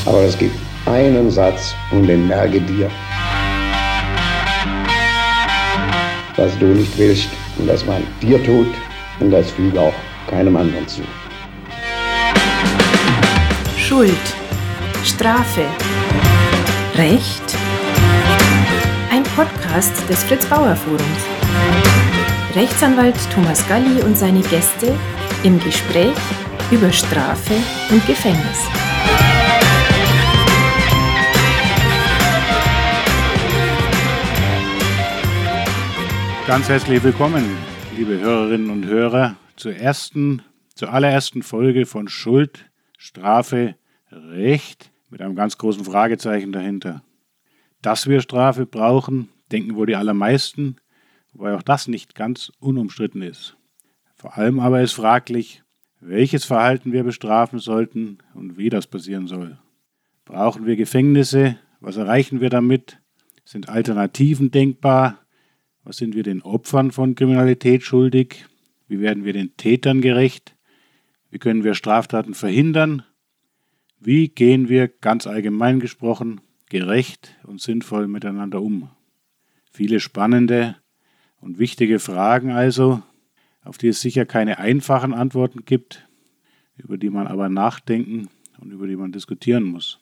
Aber es gibt einen Satz und den merke dir. Was du nicht willst und das man dir tut, und das füge auch keinem anderen zu. Schuld, Strafe, Recht. Ein Podcast des Fritz-Bauer-Forums. Rechtsanwalt Thomas Galli und seine Gäste im Gespräch über Strafe und Gefängnis. Ganz herzlich willkommen, liebe Hörerinnen und Hörer, zur allerersten Folge von Schuld, Strafe, Recht mit einem ganz großen Fragezeichen dahinter. Dass wir Strafe brauchen, denken wohl die allermeisten, wobei auch das nicht ganz unumstritten ist. Vor allem aber ist fraglich, welches Verhalten wir bestrafen sollten und wie das passieren soll. Brauchen wir Gefängnisse? Was erreichen wir damit? Sind Alternativen denkbar? Was sind wir den Opfern von Kriminalität schuldig? Wie werden wir den Tätern gerecht? Wie können wir Straftaten verhindern? Wie gehen wir, ganz allgemein gesprochen, gerecht und sinnvoll miteinander um? Viele spannende und wichtige Fragen also, auf die es sicher keine einfachen Antworten gibt, über die man aber nachdenken und über die man diskutieren muss.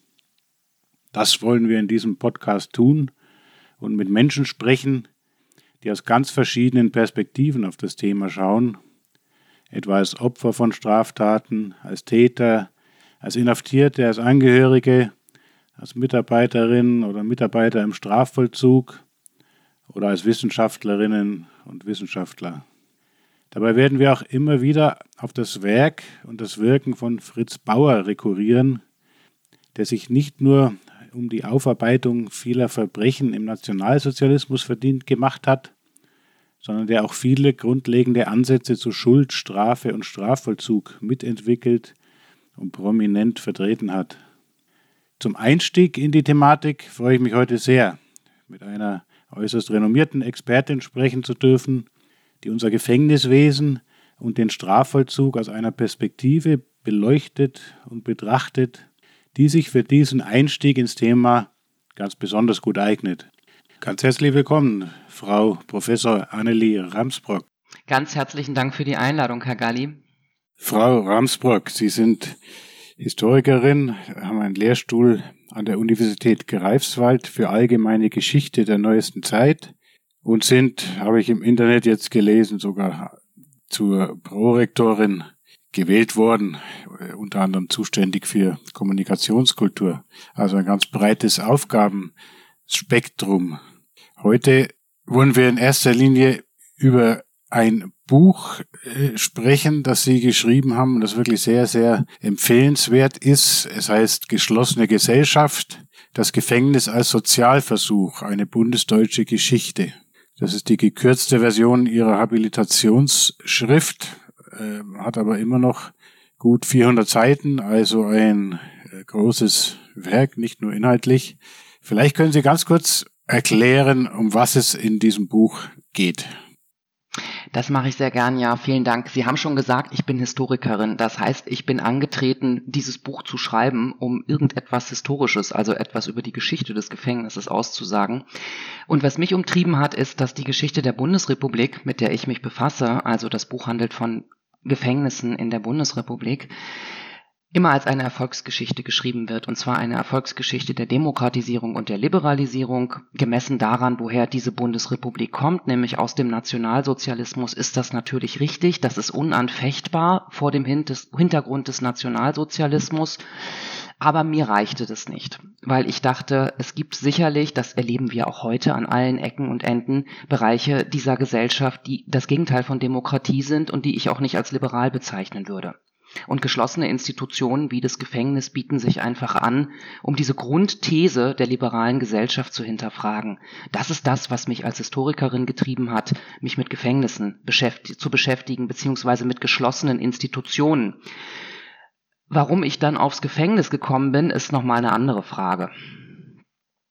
Das wollen wir in diesem Podcast tun und mit Menschen sprechen, die aus ganz verschiedenen Perspektiven auf das Thema schauen, etwa als Opfer von Straftaten, als Täter, als Inhaftierte, als Angehörige, als Mitarbeiterinnen oder Mitarbeiter im Strafvollzug oder als Wissenschaftlerinnen und Wissenschaftler. Dabei werden wir auch immer wieder auf das Werk und das Wirken von Fritz Bauer rekurrieren, der sich nicht nur um die Aufarbeitung vieler Verbrechen im Nationalsozialismus verdient gemacht hat, sondern der auch viele grundlegende Ansätze zu Schuld, Strafe und Strafvollzug mitentwickelt und prominent vertreten hat. Zum Einstieg in die Thematik freue ich mich heute sehr, mit einer äußerst renommierten Expertin sprechen zu dürfen, die unser Gefängniswesen und den Strafvollzug aus einer Perspektive beleuchtet und betrachtet, die sich für diesen Einstieg ins Thema ganz besonders gut eignet. Ganz herzlich willkommen, Frau Professor Annelie Ramsbrock. Ganz herzlichen Dank für die Einladung, Herr Galli. Frau Ramsbrock, Sie sind Historikerin, haben einen Lehrstuhl an der Universität Greifswald für allgemeine Geschichte der neuesten Zeit und sind, habe ich im Internet jetzt gelesen, sogar zur Prorektorin gewählt worden, unter anderem zuständig für Kommunikationskultur. Also ein ganz breites Aufgabenspektrum. Heute wollen wir in erster Linie über ein Buch sprechen, das Sie geschrieben haben und das wirklich sehr, sehr empfehlenswert ist. Es heißt Geschlossene Gesellschaft, das Gefängnis als Sozialversuch, eine bundesdeutsche Geschichte. Das ist die gekürzte Version Ihrer Habilitationsschrift, hat aber immer noch gut 400 Seiten, also ein großes Werk, nicht nur inhaltlich. Vielleicht können Sie ganz kurz erklären, um was es in diesem Buch geht. Das mache ich sehr gern, ja. Vielen Dank. Sie haben schon gesagt, ich bin Historikerin. Das heißt, ich bin angetreten, dieses Buch zu schreiben, um irgendetwas Historisches, also etwas über die Geschichte des Gefängnisses auszusagen. Und was mich umtrieben hat, ist, dass die Geschichte der Bundesrepublik, mit der ich mich befasse, also das Buch handelt von Gefängnissen in der Bundesrepublik, immer als eine Erfolgsgeschichte geschrieben wird, und zwar eine Erfolgsgeschichte der Demokratisierung und der Liberalisierung, gemessen daran, woher diese Bundesrepublik kommt, nämlich aus dem Nationalsozialismus, ist das natürlich richtig, das ist unanfechtbar vor dem Hintergrund des Nationalsozialismus, aber mir reichte das nicht, weil ich dachte, es gibt sicherlich, das erleben wir auch heute an allen Ecken und Enden, Bereiche dieser Gesellschaft, die das Gegenteil von Demokratie sind und die ich auch nicht als liberal bezeichnen würde. Und geschlossene Institutionen wie das Gefängnis bieten sich einfach an, um diese Grundthese der liberalen Gesellschaft zu hinterfragen. Das ist das, was mich als Historikerin getrieben hat, mich mit Gefängnissen zu beschäftigen, beziehungsweise mit geschlossenen Institutionen. Warum ich dann aufs Gefängnis gekommen bin, ist nochmal eine andere Frage.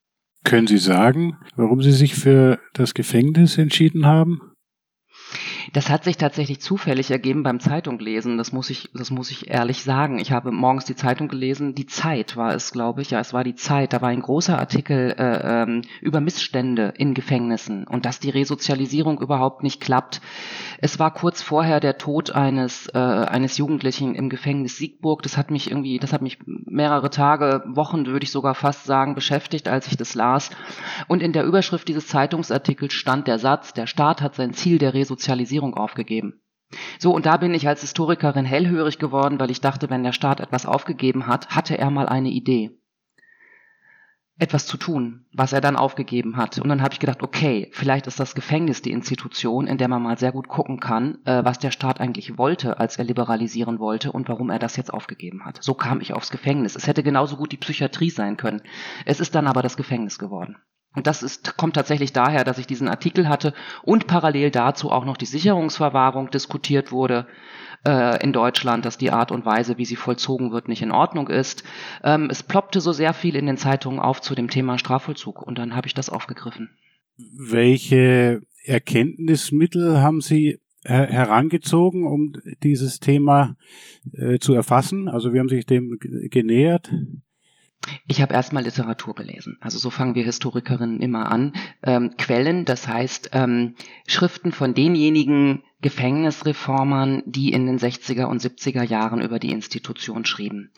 Können Sie sagen, warum Sie sich für das Gefängnis entschieden haben? Das hat sich tatsächlich zufällig ergeben beim Zeitunglesen, das muss ich ehrlich sagen. Ich habe morgens die Zeitung gelesen, die Zeit war es, glaube ich, ja, es war die Zeit, da war ein großer Artikel über Missstände in Gefängnissen und dass die Resozialisierung überhaupt nicht klappt. Es war kurz vorher der Tod eines Jugendlichen im Gefängnis Siegburg, das hat mich mehrere Tage, Wochen, würde ich sogar fast sagen, beschäftigt, als ich das las. Und in der Überschrift dieses Zeitungsartikels stand der Satz, der Staat hat sein Ziel der Resozialisierung aufgegeben. So, und da bin ich als Historikerin hellhörig geworden, weil ich dachte, wenn der Staat etwas aufgegeben hat, hatte er mal eine Idee, etwas zu tun, was er dann aufgegeben hat. Und dann habe ich gedacht, okay, vielleicht ist das Gefängnis die Institution, in der man mal sehr gut gucken kann, was der Staat eigentlich wollte, als er liberalisieren wollte und warum er das jetzt aufgegeben hat. So kam ich aufs Gefängnis. Es hätte genauso gut die Psychiatrie sein können. Es ist dann aber das Gefängnis geworden. Und das kommt tatsächlich daher, dass ich diesen Artikel hatte und parallel dazu auch noch die Sicherungsverwahrung diskutiert wurde in Deutschland, dass die Art und Weise, wie sie vollzogen wird, nicht in Ordnung ist. Es ploppte so sehr viel in den Zeitungen auf zu dem Thema Strafvollzug und dann habe ich das aufgegriffen. Welche Erkenntnismittel haben Sie herangezogen, um dieses Thema zu erfassen? Also wie haben Sie sich dem genähert? Ich habe erstmal Literatur gelesen. Also so fangen wir Historikerinnen immer an. Quellen, das heißt Schriften von denjenigen Gefängnisreformern, die in den 60er und 70er Jahren über die Institution schrieben.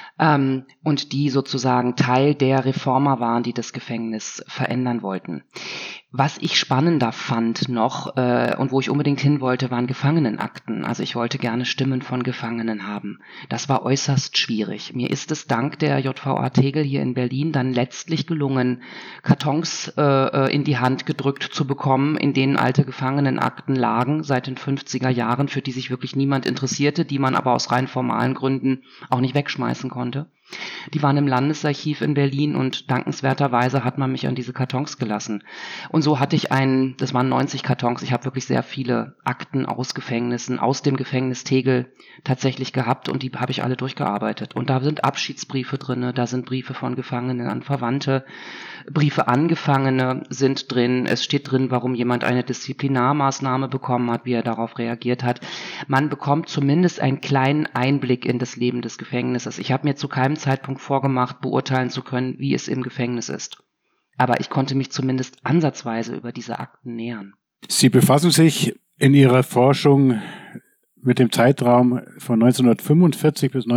Und die sozusagen Teil der Reformer waren, die das Gefängnis verändern wollten. Was ich spannender fand noch und wo ich unbedingt hin wollte, waren Gefangenenakten. Also ich wollte gerne Stimmen von Gefangenen haben. Das war äußerst schwierig. Mir ist es dank der JVA Tegel hier in Berlin dann letztlich gelungen, Kartons in die Hand gedrückt zu bekommen, in denen alte Gefangenenakten lagen seit den 50er Jahren, für die sich wirklich niemand interessierte, die man aber aus rein formalen Gründen auch nicht wegschmeißen konnte. Die waren im Landesarchiv in Berlin und dankenswerterweise hat man mich an diese Kartons gelassen. Und so hatte ich das waren 90 Kartons, ich habe wirklich sehr viele Akten aus Gefängnissen, aus dem Gefängnis Tegel tatsächlich gehabt und die habe ich alle durchgearbeitet. Und da sind Abschiedsbriefe drin, da sind Briefe von Gefangenen an Verwandte, Briefe an Gefangene sind drin, es steht drin, warum jemand eine Disziplinarmaßnahme bekommen hat, wie er darauf reagiert hat. Man bekommt zumindest einen kleinen Einblick in das Leben des Gefängnisses. Ich habe mir zu keinem Zeitpunkt vorgemacht, beurteilen zu können, wie es im Gefängnis ist. Aber ich konnte mich zumindest ansatzweise über diese Akten nähern. Sie befassen sich in Ihrer Forschung mit dem Zeitraum von 1945 bis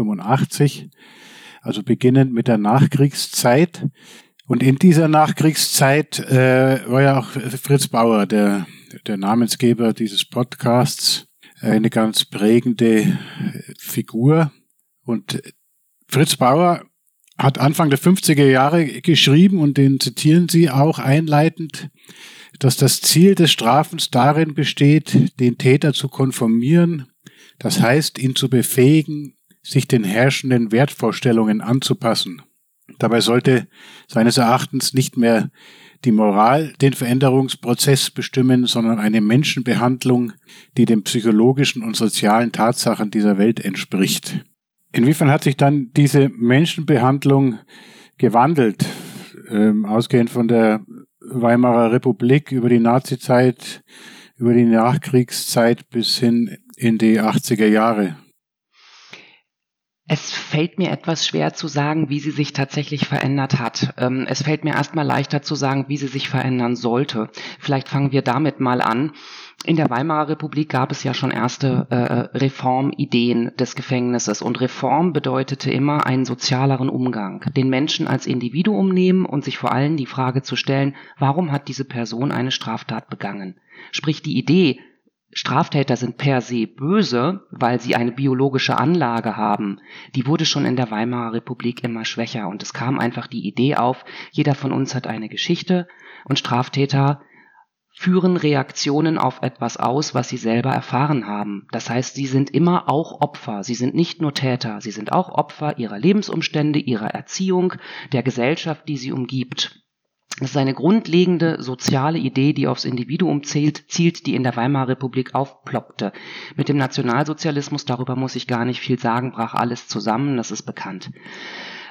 1985, also beginnend mit der Nachkriegszeit. Und in dieser Nachkriegszeit war ja auch Fritz Bauer, der Namensgeber dieses Podcasts, eine ganz prägende Figur. Und Fritz Bauer hat Anfang der 50er Jahre geschrieben, und den zitieren Sie auch einleitend, dass das Ziel des Strafens darin besteht, den Täter zu konformieren, das heißt, ihn zu befähigen, sich den herrschenden Wertvorstellungen anzupassen. Dabei sollte seines Erachtens nicht mehr die Moral den Veränderungsprozess bestimmen, sondern eine Menschenbehandlung, die den psychologischen und sozialen Tatsachen dieser Welt entspricht. Inwiefern hat sich dann diese Menschenbehandlung gewandelt, ausgehend von der Weimarer Republik über die Nazizeit, über die Nachkriegszeit bis hin in die 80er Jahre? Es fällt mir etwas schwer zu sagen, wie sie sich tatsächlich verändert hat. Es fällt mir erstmal leichter zu sagen, wie sie sich verändern sollte. Vielleicht fangen wir damit mal an. In der Weimarer Republik gab es ja schon erste Reformideen des Gefängnisses, und Reform bedeutete immer einen sozialeren Umgang, den Menschen als Individuum nehmen und sich vor allem die Frage zu stellen, warum hat diese Person eine Straftat begangen? Sprich, die Idee, Straftäter sind per se böse, weil sie eine biologische Anlage haben, die wurde schon in der Weimarer Republik immer schwächer, und es kam einfach die Idee auf, jeder von uns hat eine Geschichte und Straftäter führen Reaktionen auf etwas aus, was sie selber erfahren haben. Das heißt, sie sind immer auch Opfer. Sie sind nicht nur Täter, sie sind auch Opfer ihrer Lebensumstände, ihrer Erziehung, der Gesellschaft, die sie umgibt. Das ist eine grundlegende soziale Idee, die aufs Individuum zielt, die in der Weimarer Republik aufploppte. Mit dem Nationalsozialismus, darüber muss ich gar nicht viel sagen, brach alles zusammen, das ist bekannt.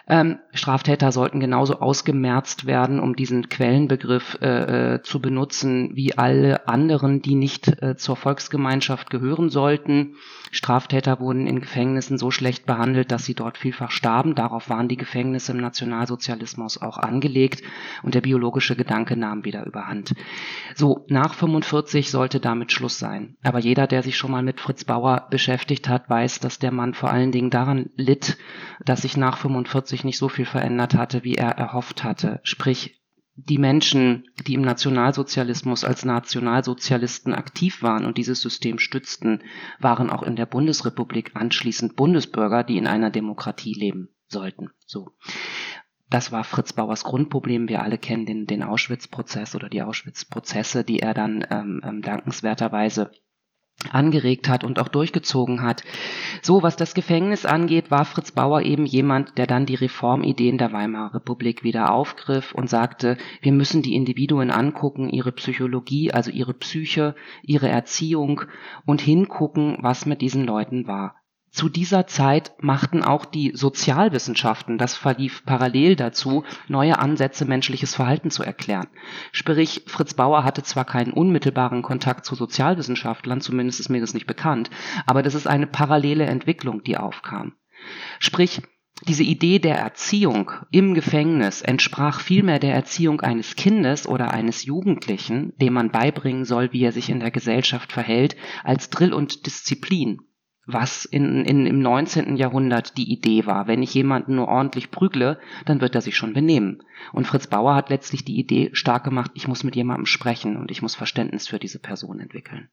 Straftäter sollten genauso ausgemerzt werden, um diesen Quellenbegriff zu benutzen, wie alle anderen, die nicht zur Volksgemeinschaft gehören sollten. Straftäter wurden in Gefängnissen so schlecht behandelt, dass sie dort vielfach starben. Darauf waren die Gefängnisse im Nationalsozialismus auch angelegt und der biologische Gedanke nahm wieder überhand. So, nach 45 sollte damit Schluss sein. Aber jeder, der sich schon mal mit Fritz Bauer beschäftigt hat, weiß, dass der Mann vor allen Dingen daran litt, dass sich nach 45 nicht so viel verändert hatte, wie er erhofft hatte. Sprich, die Menschen, die im Nationalsozialismus als Nationalsozialisten aktiv waren und dieses System stützten, waren auch in der Bundesrepublik anschließend Bundesbürger, die in einer Demokratie leben sollten. So. Das war Fritz Bauers Grundproblem. Wir alle kennen den Auschwitz-Prozess oder die Auschwitz-Prozesse, die er dann dankenswerterweise angeregt hat und auch durchgezogen hat. So, was das Gefängnis angeht, war Fritz Bauer eben jemand, der dann die Reformideen der Weimarer Republik wieder aufgriff und sagte, wir müssen die Individuen angucken, ihre Psychologie, also ihre Psyche, ihre Erziehung und hingucken, was mit diesen Leuten war. Zu dieser Zeit machten auch die Sozialwissenschaften, das verlief parallel dazu, neue Ansätze, menschliches Verhalten zu erklären. Sprich, Fritz Bauer hatte zwar keinen unmittelbaren Kontakt zu Sozialwissenschaftlern, zumindest ist mir das nicht bekannt, aber das ist eine parallele Entwicklung, die aufkam. Sprich, diese Idee der Erziehung im Gefängnis entsprach vielmehr der Erziehung eines Kindes oder eines Jugendlichen, dem man beibringen soll, wie er sich in der Gesellschaft verhält, als Drill und Disziplin. Was im 19. Jahrhundert die Idee war. Wenn ich jemanden nur ordentlich prügle, dann wird er sich schon benehmen. Und Fritz Bauer hat letztlich die Idee stark gemacht, ich muss mit jemandem sprechen und ich muss Verständnis für diese Person entwickeln.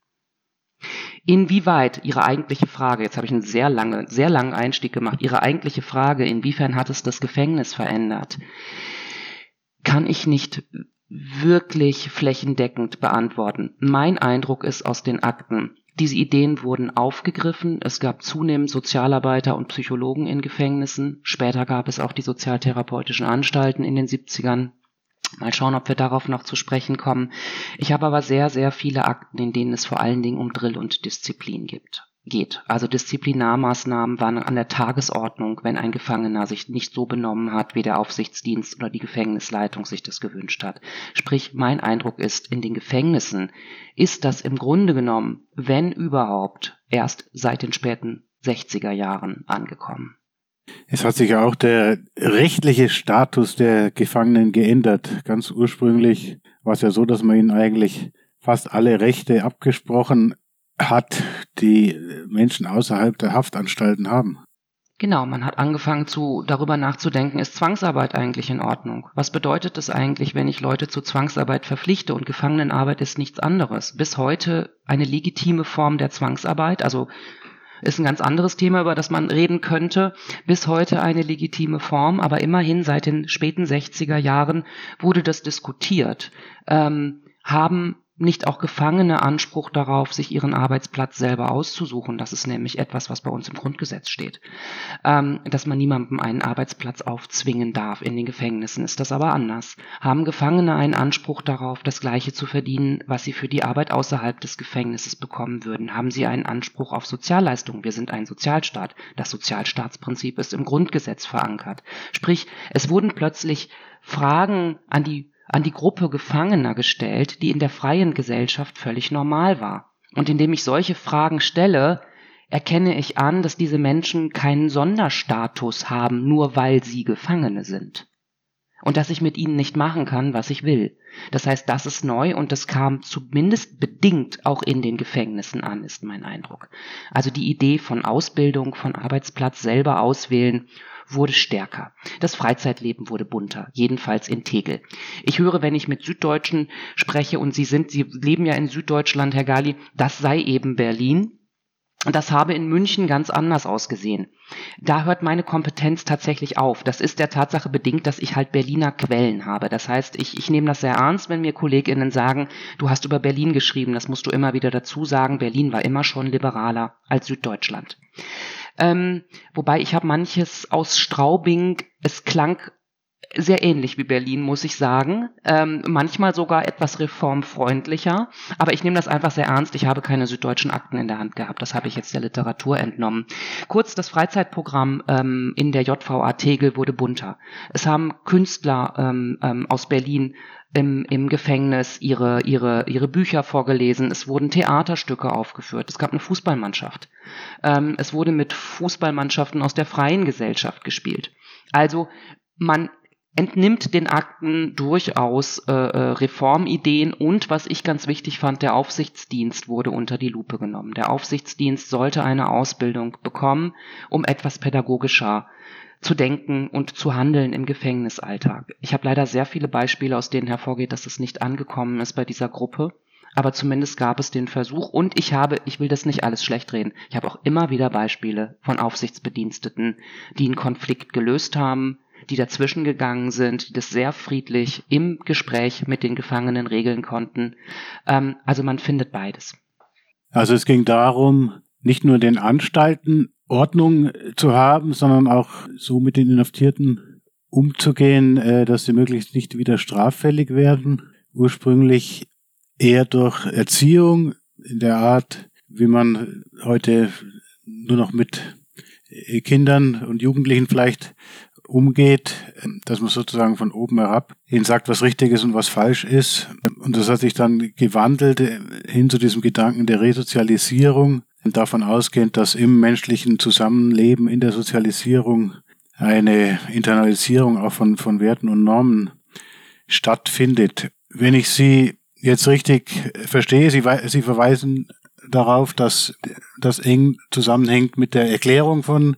Inwieweit Ihre eigentliche Frage, jetzt habe ich einen sehr langen Einstieg gemacht, Ihre eigentliche Frage, inwiefern hat es das Gefängnis verändert, kann ich nicht wirklich flächendeckend beantworten. Mein Eindruck ist aus den Akten, diese Ideen wurden aufgegriffen. Es gab zunehmend Sozialarbeiter und Psychologen in Gefängnissen. Später gab es auch die sozialtherapeutischen Anstalten in den 70ern. Mal schauen, ob wir darauf noch zu sprechen kommen. Ich habe aber sehr, sehr viele Akten, in denen es vor allen Dingen um Drill und Disziplin geht. Also Disziplinarmaßnahmen waren an der Tagesordnung, wenn ein Gefangener sich nicht so benommen hat, wie der Aufsichtsdienst oder die Gefängnisleitung sich das gewünscht hat. Sprich, mein Eindruck ist, in den Gefängnissen ist das im Grunde genommen, wenn überhaupt, erst seit den späten 60er Jahren angekommen. Es hat sich auch der rechtliche Status der Gefangenen geändert. Ganz ursprünglich war es ja so, dass man ihnen eigentlich fast alle Rechte abgesprochen hat, die Menschen außerhalb der Haftanstalten haben. Genau, man hat angefangen darüber nachzudenken, ist Zwangsarbeit eigentlich in Ordnung? Was bedeutet es eigentlich, wenn ich Leute zu Zwangsarbeit verpflichte? Und Gefangenenarbeit ist nichts anderes. Bis heute eine legitime Form der Zwangsarbeit, also ist ein ganz anderes Thema, über das man reden könnte. Bis heute eine legitime Form, aber immerhin seit den späten 60er Jahren wurde das diskutiert. Haben nicht auch Gefangene Anspruch darauf, sich ihren Arbeitsplatz selber auszusuchen? Das ist nämlich etwas, was bei uns im Grundgesetz steht. Dass man niemandem einen Arbeitsplatz aufzwingen darf. In den Gefängnissen ist das aber anders. Haben Gefangene einen Anspruch darauf, das Gleiche zu verdienen, was sie für die Arbeit außerhalb des Gefängnisses bekommen würden? Haben sie einen Anspruch auf Sozialleistungen? Wir sind ein Sozialstaat. Das Sozialstaatsprinzip ist im Grundgesetz verankert. Sprich, es wurden plötzlich Fragen an die Gruppe Gefangener gestellt, die in der freien Gesellschaft völlig normal war. Und indem ich solche Fragen stelle, erkenne ich an, dass diese Menschen keinen Sonderstatus haben, nur weil sie Gefangene sind. Und dass ich mit ihnen nicht machen kann, was ich will. Das heißt, das ist neu und das kam zumindest bedingt auch in den Gefängnissen an, ist mein Eindruck. Also die Idee von Ausbildung, von Arbeitsplatz selber auswählen, wurde stärker. Das Freizeitleben wurde bunter, jedenfalls in Tegel. Ich höre, wenn ich mit Süddeutschen spreche und Sie leben ja in Süddeutschland, Herr Gali, das sei eben Berlin. Und das habe in München ganz anders ausgesehen. Da hört meine Kompetenz tatsächlich auf. Das ist der Tatsache bedingt, dass ich halt Berliner Quellen habe. Das heißt, ich nehme das sehr ernst, wenn mir KollegInnen sagen, du hast über Berlin geschrieben, das musst du immer wieder dazu sagen. Berlin war immer schon liberaler als Süddeutschland. Wobei ich habe manches aus Straubing, es klang sehr ähnlich wie Berlin, muss ich sagen. Manchmal sogar etwas reformfreundlicher. Aber ich nehme das einfach sehr ernst. Ich habe keine süddeutschen Akten in der Hand gehabt. Das habe ich jetzt der Literatur entnommen. Kurz, das Freizeitprogramm in der JVA Tegel wurde bunter. Es haben Künstler aus Berlin im Gefängnis ihre Bücher vorgelesen. Es wurden Theaterstücke aufgeführt. Es gab eine Fußballmannschaft. Es wurde mit Fußballmannschaften aus der freien Gesellschaft gespielt. Also man entnimmt den Akten durchaus Reformideen und, was ich ganz wichtig fand, der Aufsichtsdienst wurde unter die Lupe genommen. Der Aufsichtsdienst sollte eine Ausbildung bekommen, um etwas pädagogischer zu denken und zu handeln im Gefängnisalltag. Ich habe leider sehr viele Beispiele, aus denen hervorgeht, dass es nicht angekommen ist bei dieser Gruppe. Aber zumindest gab es den Versuch und ich will das nicht alles schlecht reden, ich habe auch immer wieder Beispiele von Aufsichtsbediensteten, die einen Konflikt gelöst haben, die dazwischen gegangen sind, die das sehr friedlich im Gespräch mit den Gefangenen regeln konnten. Also man findet beides. Also es ging darum, nicht nur den Anstalten Ordnung zu haben, sondern auch so mit den Inhaftierten umzugehen, dass sie möglichst nicht wieder straffällig werden. Ursprünglich eher durch Erziehung in der Art, wie man heute nur noch mit Kindern und Jugendlichen vielleicht umgeht, dass man sozusagen von oben herab ihnen sagt, was richtig ist und was falsch ist. Und das hat sich dann gewandelt hin zu diesem Gedanken der Resozialisierung, davon ausgehend, dass im menschlichen Zusammenleben, in der Sozialisierung eine Internalisierung auch von Werten und Normen stattfindet. Wenn ich Sie jetzt richtig verstehe, Sie verweisen darauf, dass das eng zusammenhängt mit der Erklärung von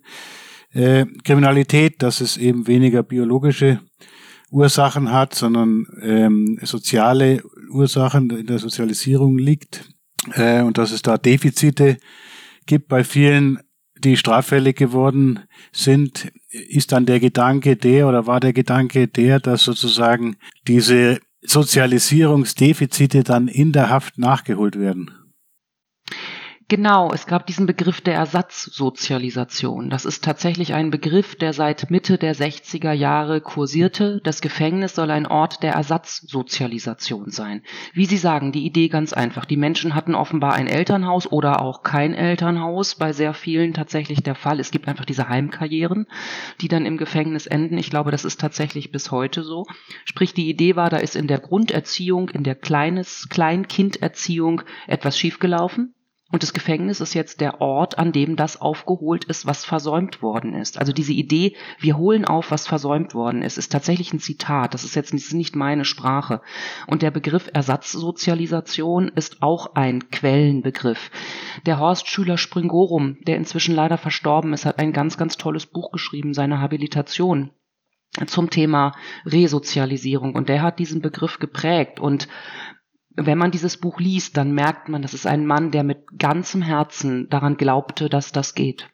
Kriminalität, dass es eben weniger biologische Ursachen hat, sondern soziale Ursachen in der Sozialisierung liegt und dass es da Defizite gibt bei vielen, die straffällig geworden sind. Ist dann der Gedanke war der Gedanke der, dass sozusagen diese Sozialisierungsdefizite dann in der Haft nachgeholt werden? Genau, es gab diesen Begriff der Ersatzsozialisation. Das ist tatsächlich ein Begriff, der seit Mitte der 60er Jahre kursierte. Das Gefängnis soll ein Ort der Ersatzsozialisation sein. Wie Sie sagen, die Idee ganz einfach. Die Menschen hatten offenbar ein Elternhaus oder auch kein Elternhaus, bei sehr vielen tatsächlich der Fall. Es gibt einfach diese Heimkarrieren, die dann im Gefängnis enden. Ich glaube, das ist tatsächlich bis heute so. Sprich, die Idee war, da ist in der Grunderziehung, in der Kleinkinderziehung etwas schiefgelaufen. Und das Gefängnis ist jetzt der Ort, an dem das aufgeholt ist, was versäumt worden ist. Also diese Idee, wir holen auf, was versäumt worden ist tatsächlich ein Zitat. Das ist nicht meine Sprache. Und der Begriff Ersatzsozialisation ist auch ein Quellenbegriff. Der Horst Schüler-Springorum, der inzwischen leider verstorben ist, hat ein ganz, ganz tolles Buch geschrieben, seine Habilitation zum Thema Resozialisierung. Und der hat diesen Begriff geprägt. Und wenn man dieses Buch liest, dann merkt man, das ist ein Mann, der mit ganzem Herzen daran glaubte, dass das geht.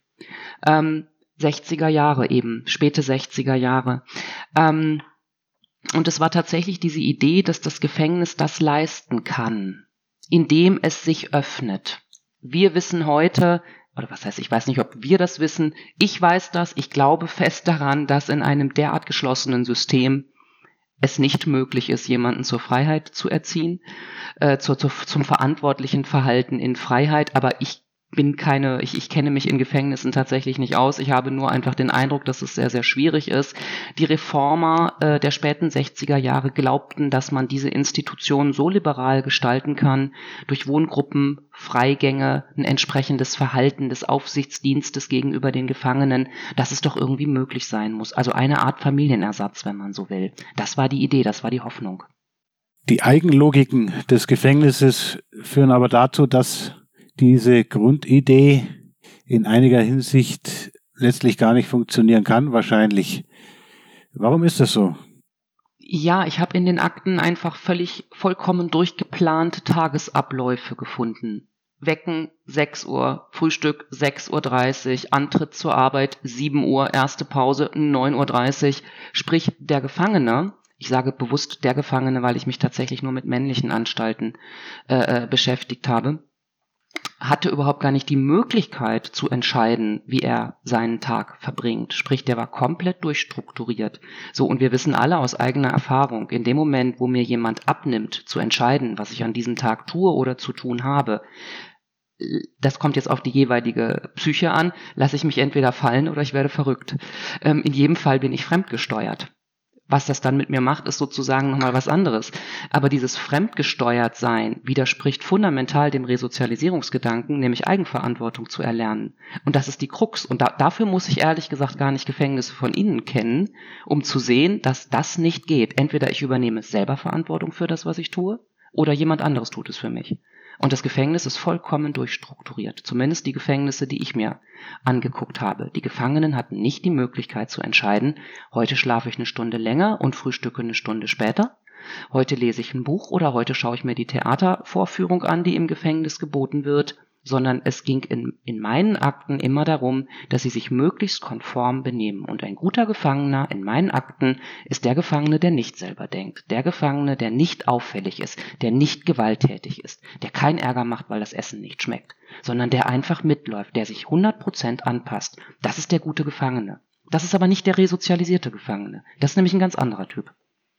60er Jahre eben, späte 60er Jahre. Und es war tatsächlich diese Idee, dass das Gefängnis das leisten kann, indem es sich öffnet. Wir wissen heute, oder was heißt, ich weiß nicht, ob wir das wissen, ich weiß das, ich glaube fest daran, dass in einem derart geschlossenen System es nicht möglich ist, jemanden zur Freiheit zu erziehen, zum verantwortlichen Verhalten in Freiheit, aber ich kenne mich in Gefängnissen tatsächlich nicht aus. Ich habe nur einfach den Eindruck, dass es sehr, sehr schwierig ist. Die Reformer der späten 60er Jahre glaubten, dass man diese Institution so liberal gestalten kann, durch Wohngruppen, Freigänge, ein entsprechendes Verhalten des Aufsichtsdienstes gegenüber den Gefangenen, dass es doch irgendwie möglich sein muss. Also eine Art Familienersatz, wenn man so will. Das war die Idee, das war die Hoffnung. Die Eigenlogiken des Gefängnisses führen aber dazu, dass diese Grundidee in einiger Hinsicht letztlich gar nicht funktionieren kann, wahrscheinlich. Warum ist das so? Ja, ich habe in den Akten einfach vollkommen durchgeplante Tagesabläufe gefunden. Wecken 6 Uhr, Frühstück 6:30 Uhr, Antritt zur Arbeit 7 Uhr, erste Pause 9:30 Uhr. Sprich, der Gefangene, ich sage bewusst der Gefangene, weil ich mich tatsächlich nur mit männlichen Anstalten beschäftigt habe, hatte überhaupt gar nicht die Möglichkeit zu entscheiden, wie er seinen Tag verbringt. Sprich, der war komplett durchstrukturiert. So, und wir wissen alle aus eigener Erfahrung, in dem Moment, wo mir jemand abnimmt, zu entscheiden, was ich an diesem Tag tue oder zu tun habe, das kommt jetzt auf die jeweilige Psyche an, lasse ich mich entweder fallen oder ich werde verrückt. In jedem Fall bin ich fremdgesteuert. Was das dann mit mir macht, ist sozusagen nochmal was anderes. Aber dieses Fremdgesteuertsein widerspricht fundamental dem Resozialisierungsgedanken, nämlich Eigenverantwortung zu erlernen. Und das ist die Krux. Und dafür muss ich ehrlich gesagt gar nicht Gefängnisse von innen kennen, um zu sehen, dass das nicht geht. Entweder ich übernehme selber Verantwortung für das, was ich tue, oder jemand anderes tut es für mich. Und das Gefängnis ist vollkommen durchstrukturiert. Zumindest die Gefängnisse, die ich mir angeguckt habe. Die Gefangenen hatten nicht die Möglichkeit zu entscheiden, heute schlafe ich eine Stunde länger und frühstücke eine Stunde später. Heute lese ich ein Buch oder heute schaue ich mir die Theatervorführung an, die im Gefängnis geboten wird. Sondern es ging in meinen Akten immer darum, dass sie sich möglichst konform benehmen. Und ein guter Gefangener in meinen Akten ist der Gefangene, der nicht selber denkt. Der Gefangene, der nicht auffällig ist, der nicht gewalttätig ist, der keinen Ärger macht, weil das Essen nicht schmeckt, sondern der einfach mitläuft, der sich 100% anpasst. Das ist der gute Gefangene. Das ist aber nicht der resozialisierte Gefangene. Das ist nämlich ein ganz anderer Typ.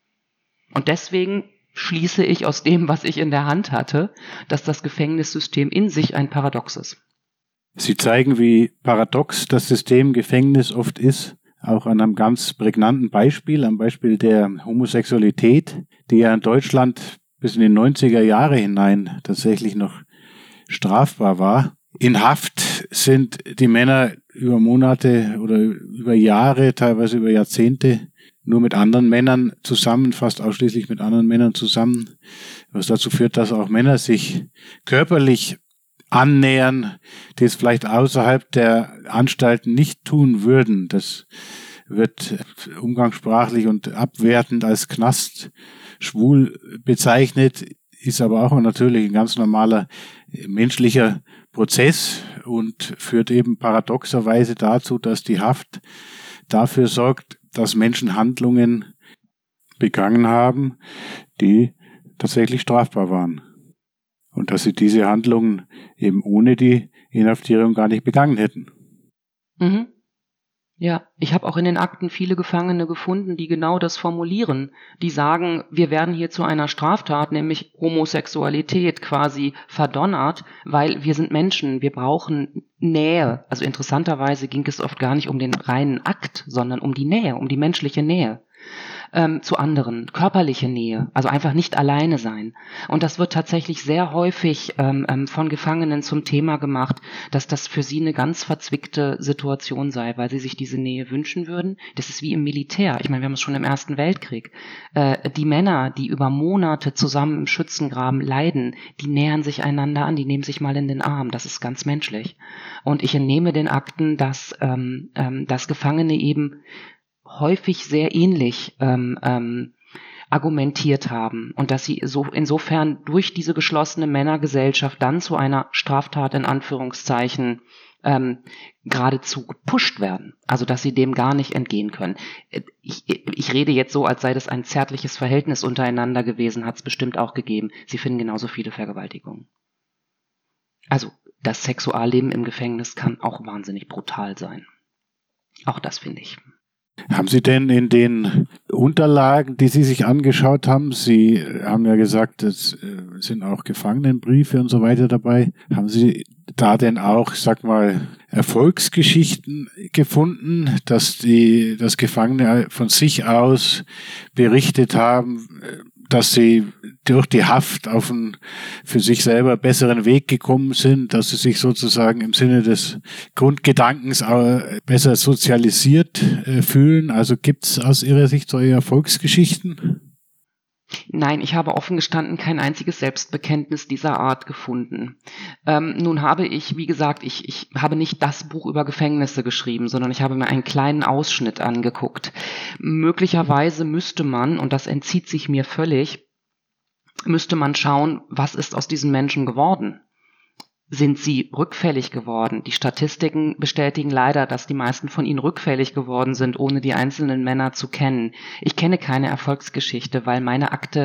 Und deswegen schließe ich aus dem, was ich in der Hand hatte, dass das Gefängnissystem in sich ein Paradox ist. Sie zeigen, wie paradox das System Gefängnis oft ist, auch an einem ganz prägnanten Beispiel, am Beispiel der Homosexualität, die ja in Deutschland bis in die 90er Jahre hinein tatsächlich noch strafbar war. In Haft sind die Männer über Monate oder über Jahre, teilweise über Jahrzehnte, nur mit anderen Männern zusammen, fast ausschließlich mit anderen Männern zusammen, was dazu führt, dass auch Männer sich körperlich annähern, die es vielleicht außerhalb der Anstalten nicht tun würden. Das wird umgangssprachlich und abwertend als Knast schwul bezeichnet, ist aber auch natürlich ein ganz normaler menschlicher Prozess und führt eben paradoxerweise dazu, dass die Haft dafür sorgt, dass Menschen Handlungen begangen haben, die tatsächlich strafbar waren. Und dass sie diese Handlungen eben ohne die Inhaftierung gar nicht begangen hätten. Mhm. Ja, ich habe auch in den Akten viele Gefangene gefunden, die genau das formulieren. Die sagen, wir werden hier zu einer Straftat, nämlich Homosexualität, quasi verdonnert, weil wir sind Menschen, wir brauchen Nähe. Also interessanterweise ging es oft gar nicht um den reinen Akt, sondern um die Nähe, um die menschliche Nähe. Zu anderen, körperliche Nähe, also einfach nicht alleine sein. Und das wird tatsächlich sehr häufig von Gefangenen zum Thema gemacht, dass das für sie eine ganz verzwickte Situation sei, weil sie sich diese Nähe wünschen würden. Das ist wie im Militär. Ich meine, wir haben es schon im Ersten Weltkrieg. Die Männer, die über Monate zusammen im Schützengraben leiden, die nähern sich einander an, die nehmen sich mal in den Arm. Das ist ganz menschlich. Und ich entnehme den Akten, dass Gefangene eben häufig sehr ähnlich argumentiert haben und dass sie so insofern durch diese geschlossene Männergesellschaft dann zu einer Straftat in Anführungszeichen geradezu gepusht werden, also dass sie dem gar nicht entgehen können. Ich rede jetzt so, als sei das ein zärtliches Verhältnis untereinander gewesen, hat es bestimmt auch gegeben. Sie finden genauso viele Vergewaltigungen. Also das Sexualleben im Gefängnis kann auch wahnsinnig brutal sein. Auch das finde ich. Haben Sie denn in den Unterlagen, die Sie sich angeschaut haben, Sie haben ja gesagt, es sind auch Gefangenenbriefe und so weiter dabei, haben Sie da denn auch, ich sag mal, Erfolgsgeschichten gefunden, dass Gefangene von sich aus berichtet haben, dass sie durch die Haft auf einen für sich selber besseren Weg gekommen sind, dass sie sich sozusagen im Sinne des Grundgedankens besser sozialisiert fühlen? Also gibt es aus Ihrer Sicht solche Erfolgsgeschichten? Nein, ich habe offen gestanden kein einziges Selbstbekenntnis dieser Art gefunden. Nun habe ich, wie gesagt, ich habe nicht das Buch über Gefängnisse geschrieben, sondern ich habe mir einen kleinen Ausschnitt angeguckt. Möglicherweise müsste man, und das entzieht sich mir völlig, müsste man schauen, was ist aus diesen Menschen geworden? Sind sie rückfällig geworden? Die Statistiken bestätigen leider, dass die meisten von ihnen rückfällig geworden sind, ohne die einzelnen Männer zu kennen. Ich kenne keine Erfolgsgeschichte, weil meine Akte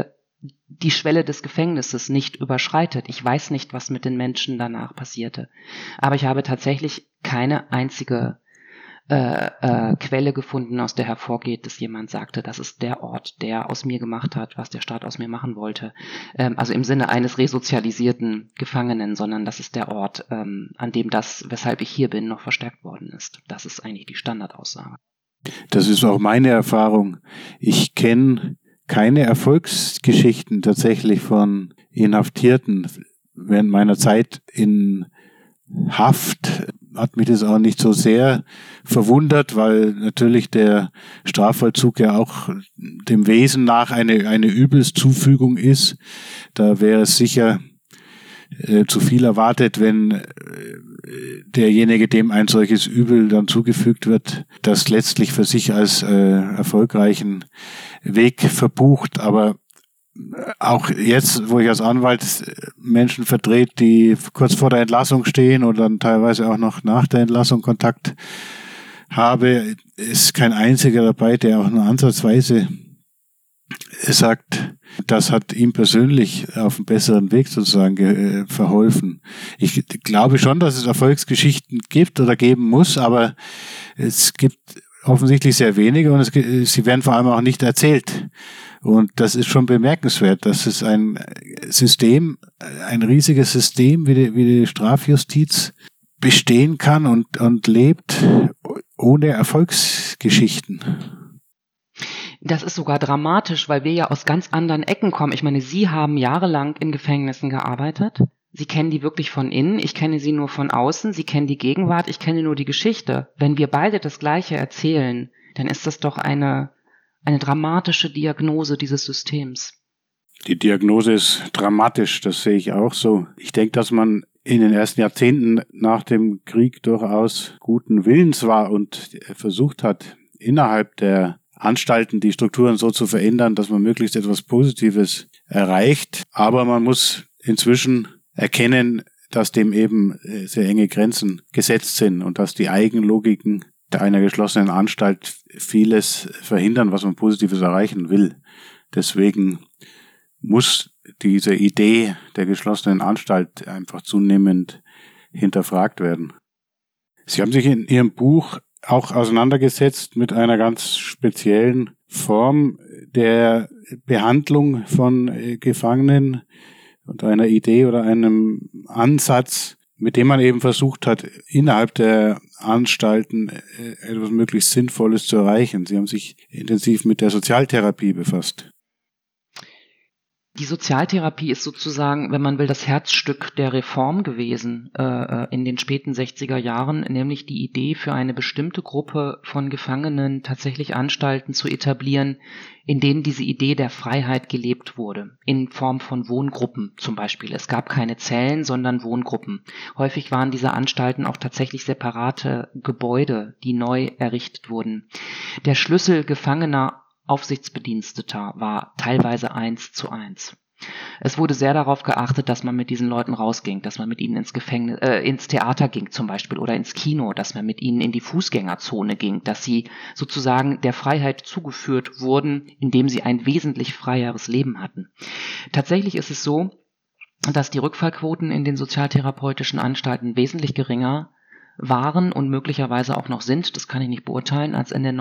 die Schwelle des Gefängnisses nicht überschreitet. Ich weiß nicht, was mit den Menschen danach passierte. Aber ich habe tatsächlich keine einzige Quelle gefunden, aus der hervorgeht, dass jemand sagte, das ist der Ort, der aus mir gemacht hat, was der Staat aus mir machen wollte. Also im Sinne eines resozialisierten Gefangenen, sondern das ist der Ort, an dem das, weshalb ich hier bin, noch verstärkt worden ist. Das ist eigentlich die Standardaussage. Das ist auch meine Erfahrung. Ich kenne keine Erfolgsgeschichten tatsächlich von Inhaftierten. Während meiner Zeit in Haft hat mich das auch nicht so sehr verwundert, weil natürlich der Strafvollzug ja auch dem Wesen nach eine Übelszufügung ist. Da wäre es sicher zu viel erwartet, wenn derjenige, dem ein solches Übel dann zugefügt wird, das letztlich für sich als erfolgreichen Weg verbucht. Aber auch jetzt, wo ich als Anwalt Menschen vertrete, die kurz vor der Entlassung stehen und dann teilweise auch noch nach der Entlassung Kontakt habe, ist kein einziger dabei, der auch nur ansatzweise sagt, das hat ihm persönlich auf einen besseren Weg sozusagen verholfen. Ich glaube schon, dass es Erfolgsgeschichten gibt oder geben muss, aber es gibt offensichtlich sehr wenige und sie werden vor allem auch nicht erzählt. Und das ist schon bemerkenswert, dass es ein riesiges System wie die Strafjustiz bestehen kann und lebt ohne Erfolgsgeschichten. Das ist sogar dramatisch, weil wir ja aus ganz anderen Ecken kommen. Ich meine, Sie haben jahrelang in Gefängnissen gearbeitet. Sie kennen die wirklich von innen. Ich kenne sie nur von außen. Sie kennen die Gegenwart. Ich kenne nur die Geschichte. Wenn wir beide das Gleiche erzählen, dann ist das doch eine dramatische Diagnose dieses Systems. Die Diagnose ist dramatisch, das sehe ich auch so. Ich denke, dass man in den ersten Jahrzehnten nach dem Krieg durchaus guten Willens war und versucht hat, innerhalb der Anstalten die Strukturen so zu verändern, dass man möglichst etwas Positives erreicht. Aber man muss inzwischen erkennen, dass dem eben sehr enge Grenzen gesetzt sind und dass die Eigenlogiken einer geschlossenen Anstalt vieles verhindern, was man Positives erreichen will. Deswegen muss diese Idee der geschlossenen Anstalt einfach zunehmend hinterfragt werden. Sie haben sich in Ihrem Buch auch auseinandergesetzt mit einer ganz speziellen Form der Behandlung von Gefangenen und einer Idee oder einem Ansatz, mit dem man eben versucht hat, innerhalb der Anstalten etwas möglichst Sinnvolles zu erreichen. Sie haben sich intensiv mit der Sozialtherapie befasst. Die Sozialtherapie ist sozusagen, wenn man will, das Herzstück der Reform gewesen in den späten 60er Jahren, nämlich die Idee, für eine bestimmte Gruppe von Gefangenen tatsächlich Anstalten zu etablieren, in denen diese Idee der Freiheit gelebt wurde, in Form von Wohngruppen zum Beispiel. Es gab keine Zellen, sondern Wohngruppen. Häufig waren diese Anstalten auch tatsächlich separate Gebäude, die neu errichtet wurden. Der Schlüssel Gefangener Aufsichtsbediensteter war teilweise 1:1. Es wurde sehr darauf geachtet, dass man mit diesen Leuten rausging, dass man mit ihnen ins Gefängnis, ins Theater ging zum Beispiel oder ins Kino, dass man mit ihnen in die Fußgängerzone ging, dass sie sozusagen der Freiheit zugeführt wurden, indem sie ein wesentlich freieres Leben hatten. Tatsächlich ist es so, dass die Rückfallquoten in den sozialtherapeutischen Anstalten wesentlich geringer waren und möglicherweise auch noch sind, das kann ich nicht beurteilen, als im